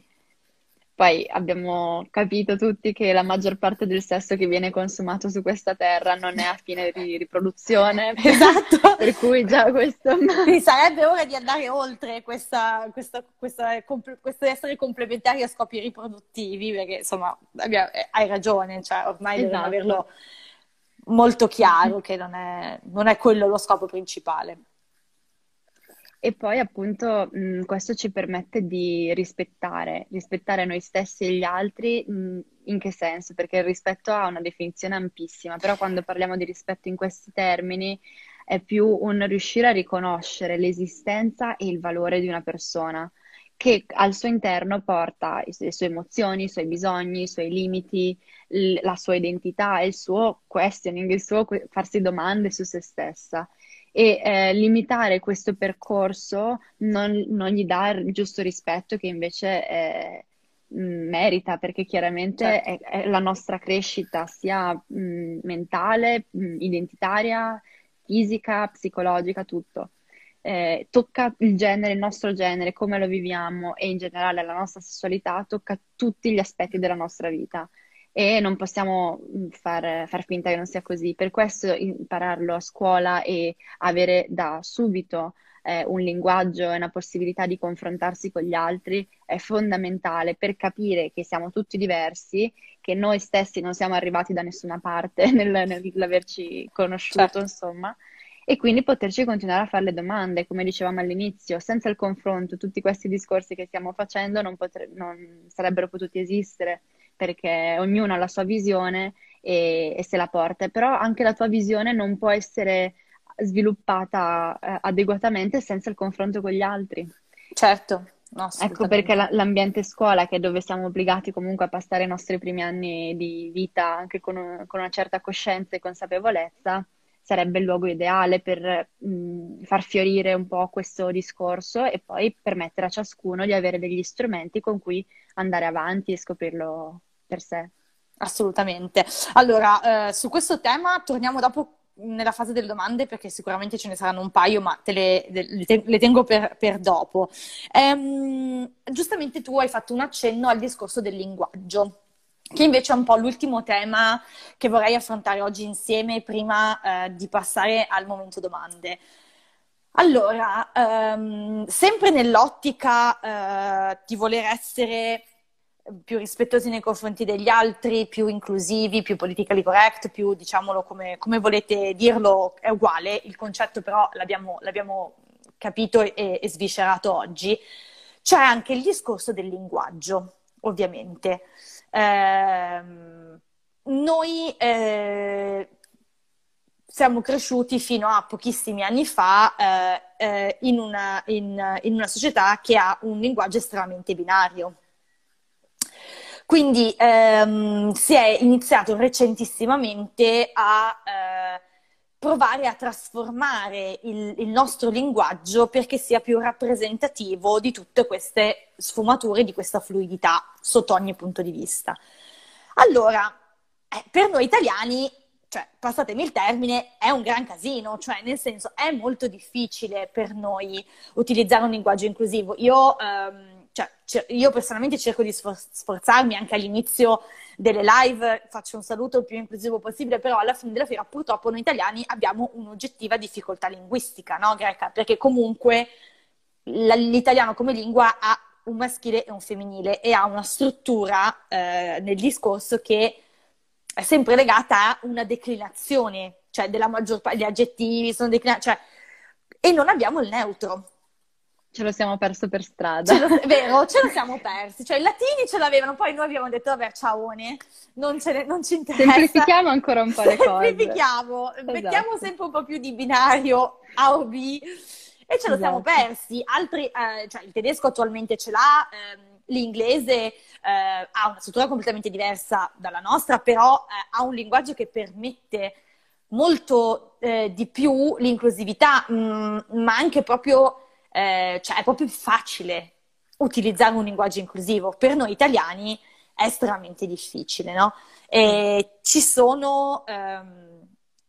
poi abbiamo capito tutti che la maggior parte del sesso che viene consumato su questa terra non è a fine di riproduzione, Esatto. per cui già questo... Quindi sarebbe ora di andare oltre questa, questa, questa, comple- questo essere complementari a scopi riproduttivi, perché insomma abbia- eh, hai ragione, cioè ormai dovremmo Esatto. averlo molto chiaro che non è, non è quello lo scopo principale. E poi appunto mh, questo ci permette di rispettare, rispettare noi stessi e gli altri, mh, in che senso? Perché il rispetto ha una definizione ampissima, però quando parliamo di rispetto in questi termini è più un riuscire a riconoscere l'esistenza e il valore di una persona, che al suo interno porta i su- le sue emozioni, i suoi bisogni, i suoi limiti, l- la sua identità, il suo questioning, il suo que- farsi domande su se stessa e eh, limitare questo percorso non, non gli dà il giusto rispetto che invece eh, mh, merita, perché chiaramente Certo. è, è la nostra crescita sia mh, mentale, mh, identitaria, fisica, psicologica, tutto. Eh, tocca il genere, il nostro genere, come lo viviamo e in generale la nostra sessualità, tocca tutti gli aspetti della nostra vita e non possiamo mh, far, far finta che non sia così. Per questo impararlo a scuola e avere da subito eh, un linguaggio e una possibilità di confrontarsi con gli altri è fondamentale per capire che siamo tutti diversi, che noi stessi non siamo arrivati da nessuna parte nel- nell'averci conosciuto, Certo. insomma. E quindi poterci continuare a fare le domande, come dicevamo all'inizio, senza il confronto, tutti questi discorsi che stiamo facendo non, potre- non sarebbero potuti esistere perché ognuno ha la sua visione e, e se la porta, però anche la tua visione non può essere sviluppata eh, adeguatamente senza il confronto con gli altri. Certo, no, Ecco perché la- assolutamente. l'ambiente scuola, che è dove siamo obbligati comunque a passare i nostri primi anni di vita anche con, un- con una certa coscienza e consapevolezza, sarebbe il luogo ideale per mh, far fiorire un po' questo discorso e poi permettere a ciascuno di avere degli strumenti con cui andare avanti e scoprirlo per sé. Assolutamente. Allora, eh, su questo tema torniamo dopo nella fase delle domande perché sicuramente ce ne saranno un paio, ma te le, le te- le tengo per, per dopo. Ehm, giustamente tu hai fatto un accenno al discorso del linguaggio, che invece è un po' l'ultimo tema che vorrei affrontare oggi insieme prima, eh, di passare al momento domande. Allora, ehm, sempre nell'ottica, eh, di voler essere più rispettosi nei confronti degli altri, più inclusivi, più politically correct, più diciamolo come, come volete dirlo, è uguale, il concetto però l'abbiamo, l'abbiamo capito e, e sviscerato oggi. C'è anche il discorso del linguaggio, ovviamente. Ehm, noi eh, siamo cresciuti fino a pochissimi anni fa eh, eh, in una, in, in una società che ha un linguaggio estremamente binario. Quindi ehm, si è iniziato recentissimamente a eh, provare a trasformare il, il nostro linguaggio perché sia più rappresentativo di tutte queste sfumature, di questa fluidità sotto ogni punto di vista. Allora, eh, per noi italiani, cioè, passatemi il termine, è un gran casino, cioè nel senso è molto difficile per noi utilizzare un linguaggio inclusivo. Io, ehm, cioè, cer- io personalmente cerco di sfor- sforzarmi anche all'inizio delle live, faccio un saluto il più inclusivo possibile, però alla fine della fiera purtroppo noi italiani abbiamo un'oggettiva difficoltà linguistica, no, Greca? Perché comunque la- l'italiano come lingua ha un maschile e un femminile e ha una struttura eh, nel discorso che è sempre legata a una declinazione, cioè della maggior parte, gli aggettivi sono declinati, cioè, e non abbiamo il neutro. Ce lo siamo perso per strada. Ce lo, è vero, ce lo siamo persi, cioè i latini ce l'avevano, poi noi abbiamo detto, vabbè, ciaone, non, ce ne- non ci interessa, Semplifichiamo ancora un po' le cose. semplifichiamo, mettiamo Esatto, sempre un po' più di binario A o B, e ce lo siamo esatto. persi. Altri, eh, cioè il tedesco attualmente ce l'ha, ehm, l'inglese eh, ha una struttura completamente diversa dalla nostra, però eh, ha un linguaggio che permette molto eh, di più l'inclusività, mh, ma anche proprio eh, cioè è proprio facile utilizzare un linguaggio inclusivo. Per noi italiani è estremamente difficile, no? Sì. E ci sono ehm,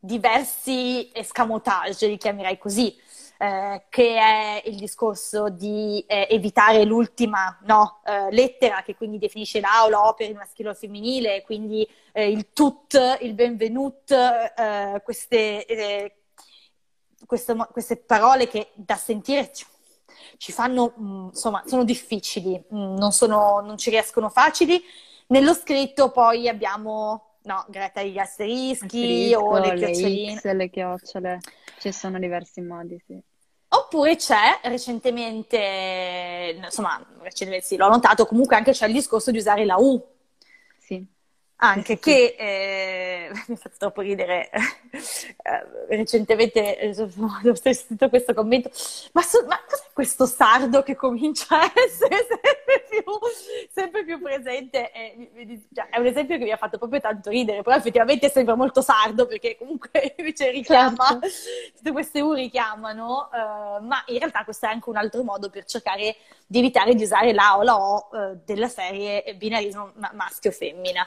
diversi escamotage, li chiamerei così, eh, che è il discorso di eh, evitare l'ultima no, eh, lettera che quindi definisce la o la o per il maschile o femminile, quindi eh, il tut, il benvenut, eh, queste, eh, queste, queste parole che da sentire ci, ci fanno, mh, insomma, sono difficili, mh, non, sono, non ci riescono facili. Nello scritto poi abbiamo, no, Greta, gli asterischi o Asterisco, le le chioccioline. X, le chiocciole, ci sono diversi modi, sì. Oppure c'è recentemente, insomma, recentemente sì, l'ho notato, comunque anche c'è il discorso di usare la U. Sì, sì, sì, Anche sì. che eh, mi ha fatto troppo ridere eh, recentemente eh, ho sentito questo commento, ma, so- ma cos'è questo sardo che comincia a essere sempre più, sempre più presente? E mi- mi dis- cioè, è un esempio che mi ha fatto proprio tanto ridere, però effettivamente sembra molto sardo perché comunque invece richiama, Certo. tutte queste U richiamano, eh, ma in realtà questo è anche un altro modo per cercare di evitare di usare la o la o eh, della serie binarismo ma- maschio-femmina.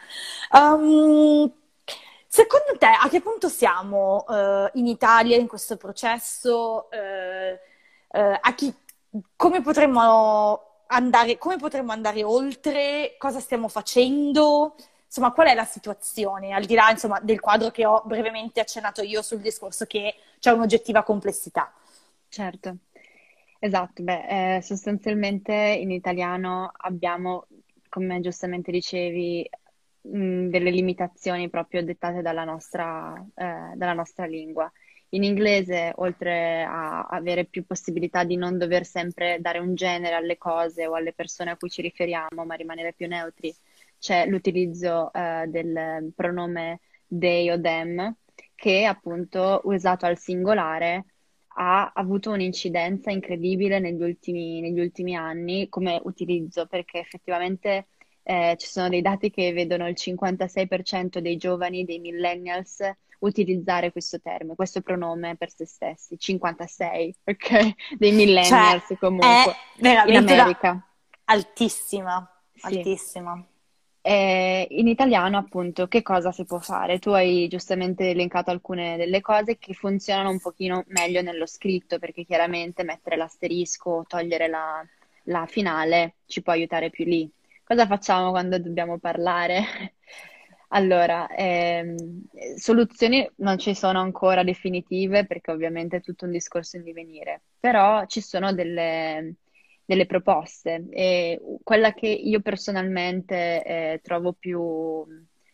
Um, Secondo te a che punto siamo eh, in Italia in questo processo? Eh, eh, a chi- come potremmo andare, come potremmo andare oltre? Cosa stiamo facendo? Insomma, qual è la situazione? Al di là, insomma, del quadro che ho brevemente accennato io sul discorso che c'è un'oggettiva complessità. Certo, esatto, beh, eh, sostanzialmente in italiano abbiamo, come giustamente dicevi, mh, delle limitazioni proprio dettate dalla nostra, eh, dalla nostra lingua. In inglese, oltre a avere più possibilità di non dover sempre dare un genere alle cose o alle persone a cui ci riferiamo, ma rimanere più neutri, c'è l'utilizzo, eh, del pronome they o them, che appunto usato al singolare ha avuto un'incidenza incredibile negli ultimi, negli ultimi anni come utilizzo, perché effettivamente eh, ci sono dei dati che vedono il cinquantasei per cento dei giovani, dei millennials, utilizzare questo termine, questo pronome per se stessi, cinquantasei, ok? Dei Cioè, millennials è comunque, in veramente da America. altissima, Sì. altissima. Eh, in italiano, appunto, che cosa si può fare? Tu hai giustamente elencato alcune delle cose che funzionano un pochino meglio nello scritto, perché chiaramente mettere l'asterisco, togliere la, la finale ci può aiutare più lì. Cosa facciamo quando dobbiamo parlare? Allora, ehm, soluzioni non ci sono ancora definitive perché ovviamente è tutto un discorso in divenire, però ci sono delle, delle proposte e quella che io personalmente eh, trovo più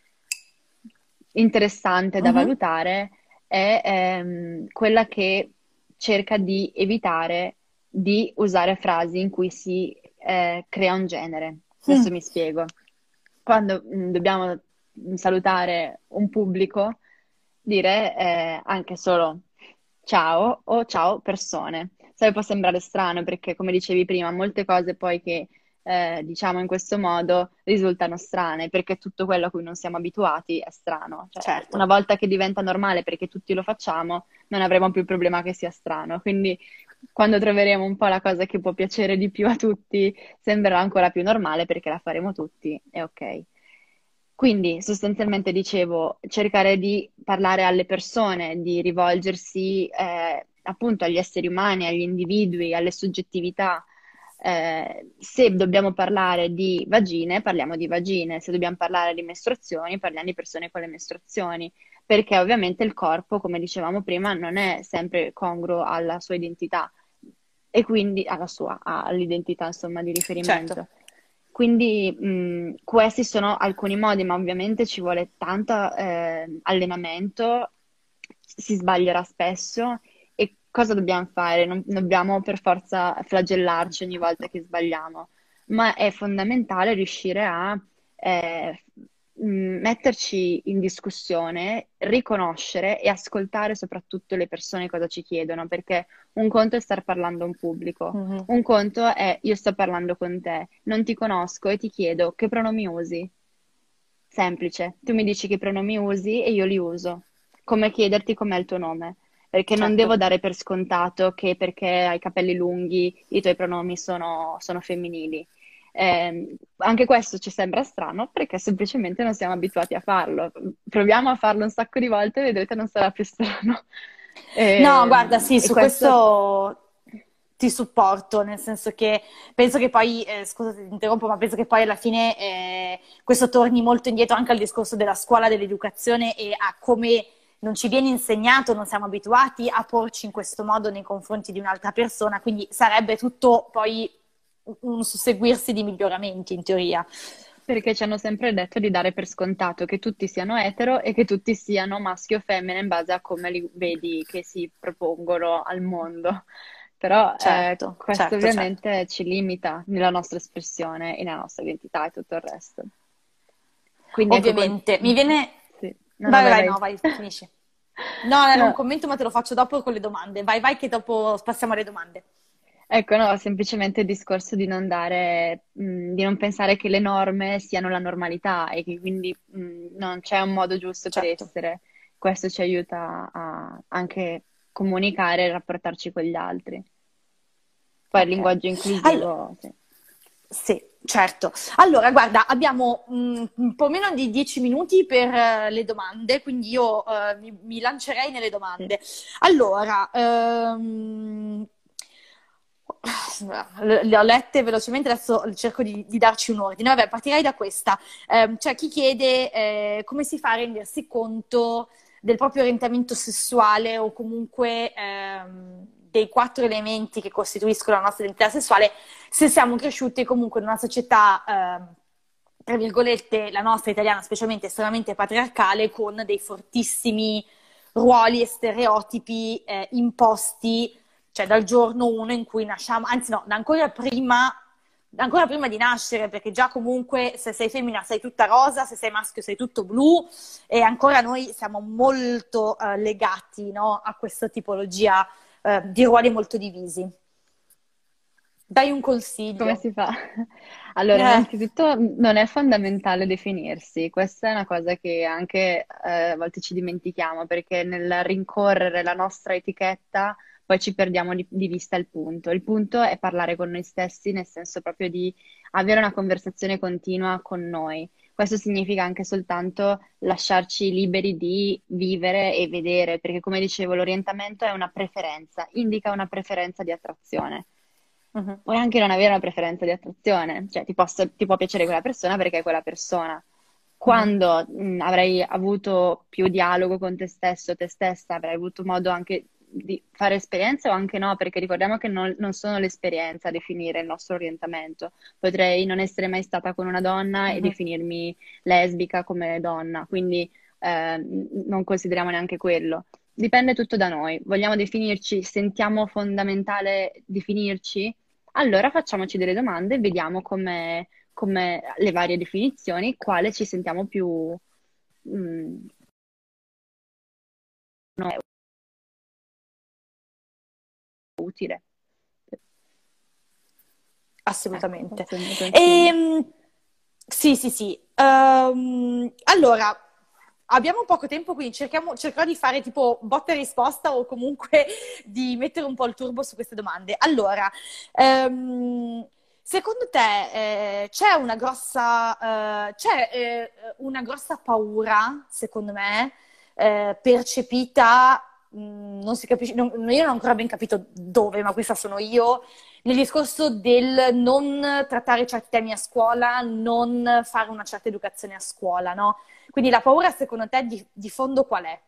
interessante da Mhm. valutare è ehm, quella che cerca di evitare di usare frasi in cui si eh, crea un genere. Adesso Mm. mi spiego. Quando mm, dobbiamo mm, salutare un pubblico, dire eh, anche solo ciao o ciao persone. Sai, può sembrare strano perché, come dicevi prima, molte cose poi che eh, diciamo in questo modo risultano strane perché tutto quello a cui non siamo abituati è strano. Cioè, una Certo. volta che diventa normale perché tutti lo facciamo, non avremo più il problema che sia strano. Quindi, quando troveremo un po' la cosa che può piacere di più a tutti, sembrerà ancora più normale perché la faremo tutti, è ok. Quindi sostanzialmente dicevo, cercare di parlare alle persone, di rivolgersi eh, appunto agli esseri umani, agli individui, alle soggettività. Eh, se dobbiamo parlare di vagine, parliamo di vagine, se dobbiamo parlare di mestruazioni, parliamo di persone con le mestruazioni, perché ovviamente il corpo, come dicevamo prima, non è sempre congruo alla sua identità e quindi alla sua, all'identità insomma di Certo. riferimento. Quindi mh, questi sono alcuni modi, ma ovviamente ci vuole tanto eh, allenamento, si sbaglierà spesso e cosa dobbiamo fare? Non dobbiamo per forza flagellarci ogni volta che sbagliamo, ma è fondamentale riuscire a eh, mh, metterci in discussione, riconoscere e ascoltare soprattutto le persone cosa ci chiedono, perché un conto è star parlando a un pubblico. Mhm. Un conto è io sto parlando con te, non ti conosco e ti chiedo che pronomi usi. Semplice, tu mi dici che pronomi usi e io li uso. Come chiederti com'è il tuo nome, perché non Certo. devo dare per scontato che perché hai i capelli lunghi i tuoi pronomi sono, sono femminili. Eh, anche questo ci sembra strano perché semplicemente non siamo abituati a farlo. Proviamo a farlo un sacco di volte e vedrete non sarà più strano. No, Eh, guarda, sì, e su questo questo ti supporto, nel senso che penso che poi, eh, scusa se ti interrompo, ma penso che poi alla fine eh, questo torni molto indietro anche al discorso della scuola, dell'educazione e a come non ci viene insegnato, non siamo abituati a porci in questo modo nei confronti di un'altra persona, quindi sarebbe tutto poi un susseguirsi di miglioramenti in teoria. perché ci hanno sempre detto di dare per scontato che tutti siano etero e che tutti siano maschio o femmina in base a come li vedi che si propongono al mondo. Però eh, Certo, questo certo, certo. ovviamente ci limita nella nostra espressione e nella nostra identità e tutto il resto. Quindi ecco, con... Ovviamente, mi viene... Sì. No, no, Vai, vai, vai, vai. no, vai, finisci. No, era un No, commento, ma te lo faccio dopo con le domande. Vai, vai, che dopo passiamo alle domande. ecco, no, semplicemente il discorso di non dare, mh, di non pensare che le norme siano la normalità e che quindi mh, non c'è un modo giusto per Certo. essere. Questo ci aiuta a anche comunicare e rapportarci con gli altri. Poi il Ok. linguaggio All- inclusivo, sì. sì, certo. Allora, guarda, abbiamo mm, un po' meno di dieci minuti per eh, le domande, quindi io eh, mi, mi lancerei nelle Sì. domande. Allora, ehm, le le ho lette velocemente, adesso cerco di, di darci un ordine. Vabbè, partirei da questa. Ehm, c'è chi chiede eh, come si fa a rendersi conto del proprio orientamento sessuale o comunque ehm, dei quattro elementi che costituiscono la nostra identità sessuale se siamo cresciuti comunque in una società, ehm, tra virgolette, la nostra italiana specialmente estremamente patriarcale, con dei fortissimi ruoli e stereotipi eh, imposti, cioè dal giorno uno in cui nasciamo, anzi no, da ancora prima, da ancora prima di nascere, perché già comunque se sei femmina sei tutta rosa, se sei maschio sei tutto blu, e ancora noi siamo molto eh, legati, no, a questa tipologia eh, di ruoli molto divisi. Dai un Come consiglio. si fa? Allora, Eh, innanzitutto non è fondamentale definirsi, questa è una cosa che anche eh, a volte ci dimentichiamo, perché nel rincorrere la nostra etichetta poi ci perdiamo di, di vista il punto. Il punto è parlare con noi stessi, nel senso proprio di avere una conversazione continua con noi. Questo significa anche soltanto lasciarci liberi di vivere e vedere, perché come dicevo, l'orientamento è una preferenza, indica una preferenza di attrazione. mhm, Puoi anche non avere una preferenza di attrazione, cioè ti, posso- ti può piacere quella persona perché è quella persona. mhm, Quando mh, avrai avuto più dialogo con te stesso, te stessa, avrai avuto modo anche di fare esperienze o anche no, perché ricordiamo che non, non sono le esperienze a definire il nostro orientamento. Potrei non essere mai stata con una donna e mhm. definirmi lesbica come donna, quindi eh, n- non consideriamo neanche quello. Dipende tutto da noi. Vogliamo definirci? Sentiamo fondamentale definirci? Allora facciamoci delle domande e vediamo come, come le varie definizioni, quale ci sentiamo più mm, no, utile. Ecco, Assolutamente. questo è il mio consiglio. Ehm, sì, sì, sì. Ehm, allora, abbiamo poco tempo, quindi cerchiamo, cercherò di fare tipo botta e risposta o comunque di mettere un po' il turbo su queste domande. Allora, ehm, secondo te eh, c'è una grossa, eh, c'è eh, una grossa paura, secondo me, eh, percepita, mh, non si capisce, non- io non ho ancora ben capito dove, ma questa sono io nel discorso del non trattare certi temi a scuola, non fare una certa educazione a scuola, no? Quindi la paura, secondo te, di, di fondo qual è?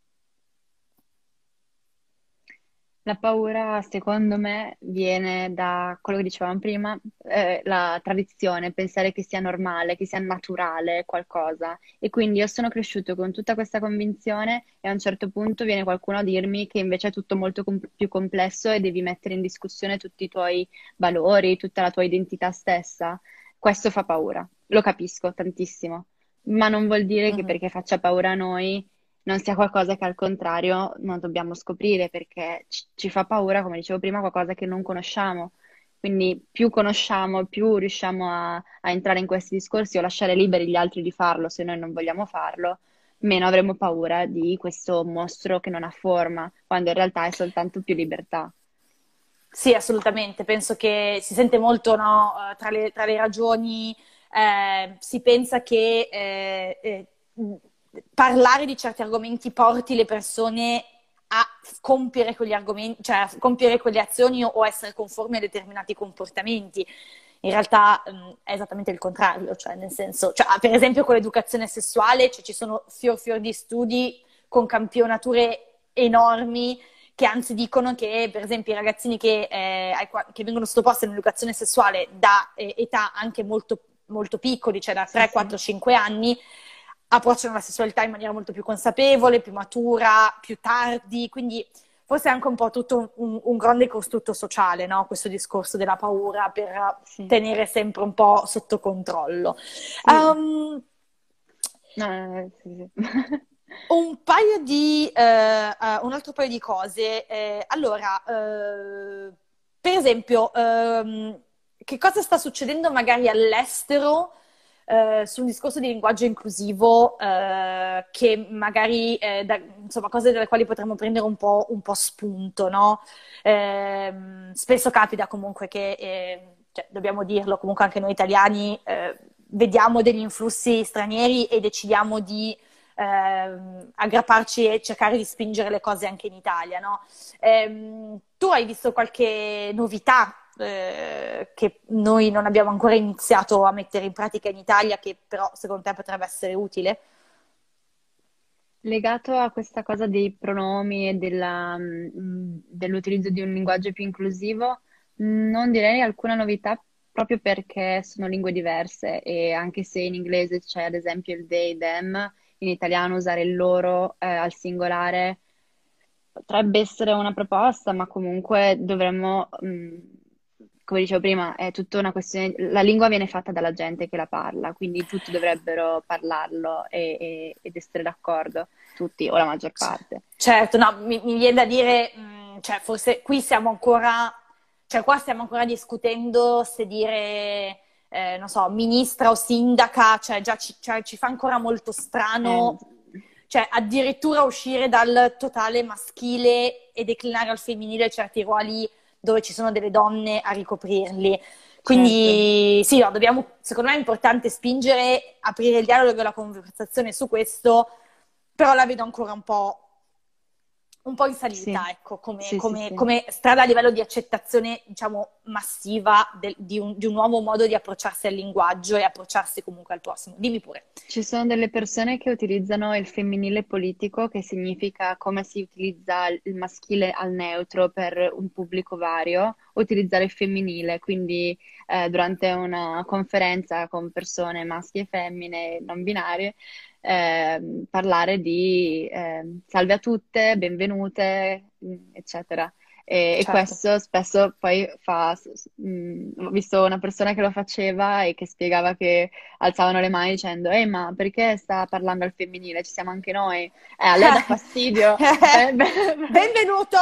La paura, secondo me, viene da quello che dicevamo prima, eh, la tradizione, pensare che sia normale, che sia naturale qualcosa. E quindi io sono cresciuto con tutta questa convinzione e a un certo punto viene qualcuno a dirmi che invece è tutto molto com- più complesso e devi mettere in discussione tutti i tuoi valori, tutta la tua identità stessa. Questo fa paura, lo capisco tantissimo, ma non vuol dire che Mhm. perché faccia paura a noi non sia qualcosa che al contrario non dobbiamo scoprire perché ci, ci fa paura, come dicevo prima, qualcosa che non conosciamo. Quindi più conosciamo, più riusciamo a, a entrare in questi discorsi o lasciare liberi gli altri di farlo se noi non vogliamo farlo, meno avremo paura di questo mostro che non ha forma, quando in realtà è soltanto più libertà. Sì, assolutamente. Penso che si sente molto, no, eh, tra le, tra le ragioni, eh, si pensa che eh, eh, mh, parlare di certi argomenti porti le persone a compiere quegli argomenti, cioè a compiere quelle azioni o, o essere conformi a determinati comportamenti. In realtà, mh, è esattamente il contrario, cioè nel senso, cioè, per esempio con l'educazione sessuale, cioè, ci sono fior fior di studi con campionature enormi che anzi dicono che, per esempio, i ragazzini che, eh, ai qua- che vengono sottoposti all'educazione sessuale da eh, età anche molto, molto piccoli, cioè da Sì, tre, sì. quattro, cinque anni, approcciano la sessualità in maniera molto più consapevole, più matura, più tardi, quindi forse è anche un po' tutto un, un grande costrutto sociale, no? Questo discorso della paura per Sì, tenere sempre un po' sotto controllo. sì. Um, No, no, sì, sì. un paio di, eh, eh, un altro paio di cose. Eh, allora, eh, per esempio, ehm, che cosa sta succedendo magari all'estero, eh, sul discorso di linguaggio inclusivo, eh, che magari, eh, da- insomma, cose dalle quali potremmo prendere un po', un po' spunto, no? Ehm, spesso capita comunque che, eh, cioè, dobbiamo dirlo, comunque anche noi italiani, eh, vediamo degli influssi stranieri e decidiamo di ehm, aggrapparci e cercare di spingere le cose anche in Italia, no? Ehm, tu hai visto qualche novità eh, che noi non abbiamo ancora iniziato a mettere in pratica in Italia, che però secondo te potrebbe essere utile? Legato a questa cosa dei pronomi e della, mm, dell'utilizzo di un linguaggio più inclusivo, non direi alcuna novità proprio perché sono lingue diverse e anche se in inglese c'è ad esempio il they, them, in italiano usare il loro eh, al singolare potrebbe essere una proposta, ma comunque dovremmo, mh, come dicevo prima, è tutta una questione, la lingua viene fatta dalla gente che la parla, quindi tutti dovrebbero parlarlo e- e- ed essere d'accordo, tutti o la maggior parte. Certo, no, mi, mi viene da dire, mh, cioè, forse qui siamo ancora, cioè qua stiamo ancora discutendo se dire, eh, non so, ministra o sindaca, cioè già ci, cioè, ci fa ancora molto Eh, strano, cioè addirittura uscire dal totale maschile e declinare al femminile certi ruoli dove ci sono delle donne a ricoprirli. certo. Quindi sì, no, dobbiamo, secondo me è importante spingere, aprire il dialogo e la conversazione su questo, però la vedo ancora un po', un po' in Sì, salita, ecco, come, sì, sì, come- sì. come strada a livello di accettazione, diciamo, massiva del- di un, di un nuovo modo di approcciarsi al linguaggio e approcciarsi comunque al prossimo. Dimmi pure. Ci sono delle persone che utilizzano il femminile politico, che significa come si utilizza il maschile al neutro per un pubblico vario, utilizzare il femminile, quindi eh, durante una conferenza con persone maschi e femmine non binarie, ehm, parlare di ehm, salve a tutte, benvenute, mm, eccetera. E, e Certo. questo spesso poi fa, mm, ho visto una persona che lo faceva e che spiegava che alzavano le mani dicendo: Ehi, ma perché sta parlando al femminile? Ci siamo anche noi. Eh, a lei dà fastidio. Beh, beh. Benvenuto!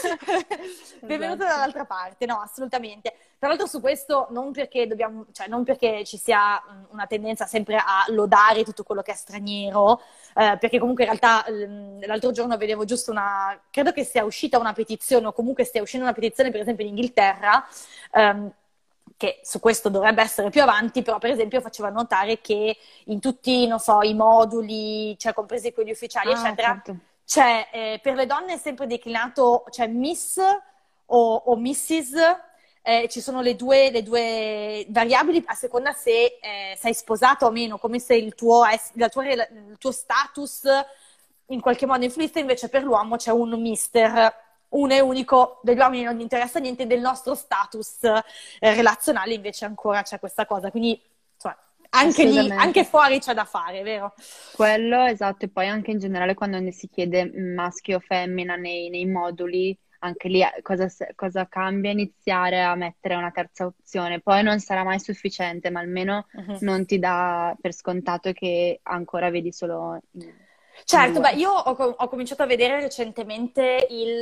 Benvenuto Esatto. dall'altra parte, no, assolutamente. Tra l'altro su questo non perché dobbiamo, cioè non perché ci sia mh, una tendenza sempre a lodare tutto quello che è straniero, eh, perché comunque in realtà l- l'altro giorno vedevo giusto una, credo che sia uscita una petizione o comunque stia uscendo una petizione per esempio in Inghilterra, ehm, che su questo dovrebbe essere più avanti, però per esempio faceva notare che in tutti, non so, i moduli, cioè compresi quelli ufficiali, Ah, eccetera, certo. c'è eh, per le donne è sempre declinato, c'è Miss o, o missus, eh, ci sono le due, le due variabili a seconda se eh, sei sposato o meno, come se il tuo, es- la tua rela- il tuo status in qualche modo influisce, invece per l'uomo c'è un mister, uno e unico, degli uomini non gli interessa niente, del nostro status eh, relazionale invece ancora c'è questa cosa, quindi insomma, anche lì, anche Assolutamente. fuori c'è da fare, vero? Quello, esatto, e poi anche in generale quando ne si chiede maschio o femmina nei, nei moduli, anche lì eh, cosa, s- cosa cambia iniziare a mettere una terza opzione. Poi non sarà mai sufficiente, ma almeno Mhm. non ti dà per scontato che ancora vedi solo in, in Certo, beh, due. io ho, com- ho cominciato a vedere recentemente il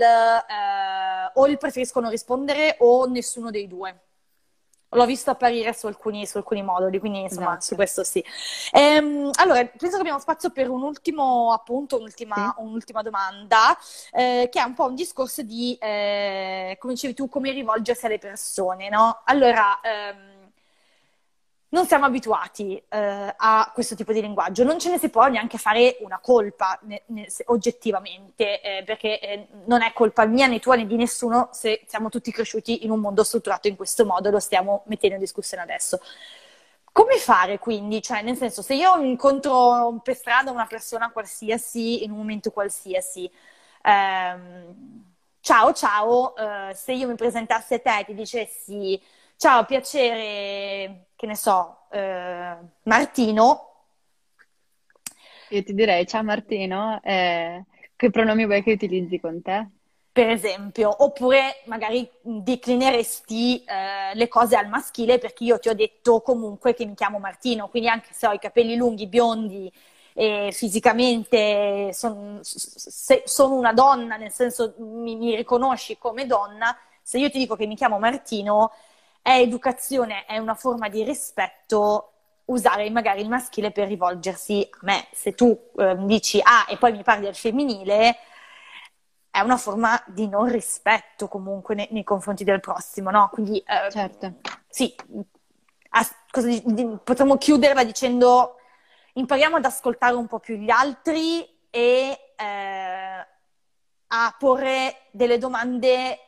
eh, o il preferisco non rispondere o nessuno dei due. L'ho visto apparire su alcuni, su alcuni moduli, quindi insomma su Esatto. questo sì. Ehm, allora, penso che abbiamo spazio per un ultimo appunto, un'ultima, Sì? un'ultima domanda, eh, che è un po' un discorso di, eh, come dicevi tu, come rivolgersi alle persone, no? Allora, ehm, non siamo abituati eh, a questo tipo di linguaggio, non ce ne si può neanche fare una colpa ne- ne- se- oggettivamente, eh, perché eh, non è colpa mia né tua né di nessuno se siamo tutti cresciuti in un mondo strutturato in questo modo, lo stiamo mettendo in discussione adesso. Come fare quindi? Cioè, nel senso, se io incontro per strada una persona qualsiasi in un momento qualsiasi, ehm, ciao ciao, eh, se io mi presentassi a te e ti dicessi ciao, piacere, che ne so, eh, Martino. Io ti direi, ciao Martino, eh, che pronomi vuoi che utilizzi con te? per esempio, oppure magari declineresti eh, le cose al maschile perché io ti ho detto comunque che mi chiamo Martino, quindi anche se ho i capelli lunghi, biondi e fisicamente son, se, sono una donna, nel senso mi, mi riconosci come donna, se io ti dico che mi chiamo Martino, è educazione, è una forma di rispetto usare magari il maschile per rivolgersi a me. Se tu eh, dici ah e poi mi parli al femminile, è una forma di non rispetto comunque nei, nei confronti del prossimo, no? Quindi eh, Certo. sì, a, cosa di, di, potremmo chiuderla dicendo impariamo ad ascoltare un po' più gli altri e eh, a porre delle domande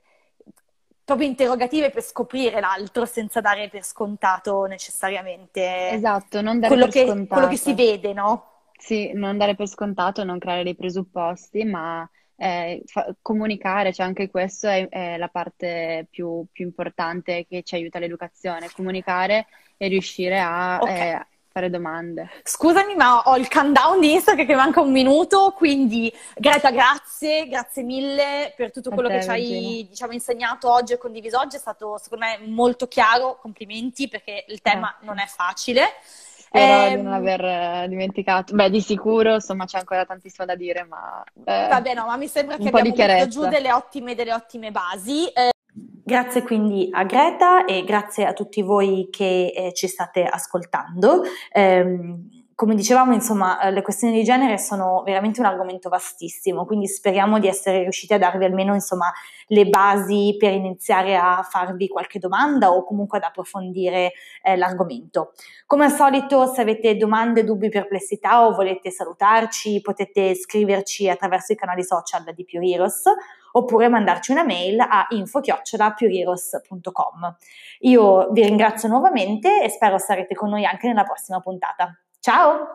proprio interrogative per scoprire l'altro senza dare per scontato necessariamente Esatto, non dare quello per che, quello che si scontato. vede, no? Sì, non dare per scontato, non creare dei presupposti, ma eh, fa- comunicare, cioè anche questo è, è la parte più, più importante che ci aiuta l'educazione, comunicare e riuscire a Ok. eh, fare domande. Scusami, ma ho il countdown di Instagram che manca un minuto, quindi Greta, grazie, grazie mille per tutto A quello che te, ci Virginia. hai, diciamo, insegnato oggi e condiviso oggi, è stato secondo me molto chiaro, complimenti perché il tema non Grazie. è facile. Spero di non Ehm, aver eh, dimenticato. Beh, di sicuro, insomma, c'è ancora tantissimo da dire, ma eh, vabbè, no, ma mi sembra che un po' di abbiamo buttato giù chiarezza. delle ottime, delle ottime basi. Eh, Grazie quindi a Greta e grazie a tutti voi che eh, ci state ascoltando. Ehm, come dicevamo, insomma, eh, le questioni di genere sono veramente un argomento vastissimo, quindi speriamo di essere riusciti a darvi almeno, insomma, le basi per iniziare a farvi qualche domanda o comunque ad approfondire eh, l'argomento. Come al solito, se avete domande, dubbi, perplessità o volete salutarci, potete scriverci attraverso i canali social di Pure Heroes oppure mandarci una mail a info chiocciola pureheroes punto com. Io vi ringrazio nuovamente e spero sarete con noi anche nella prossima puntata. Ciao!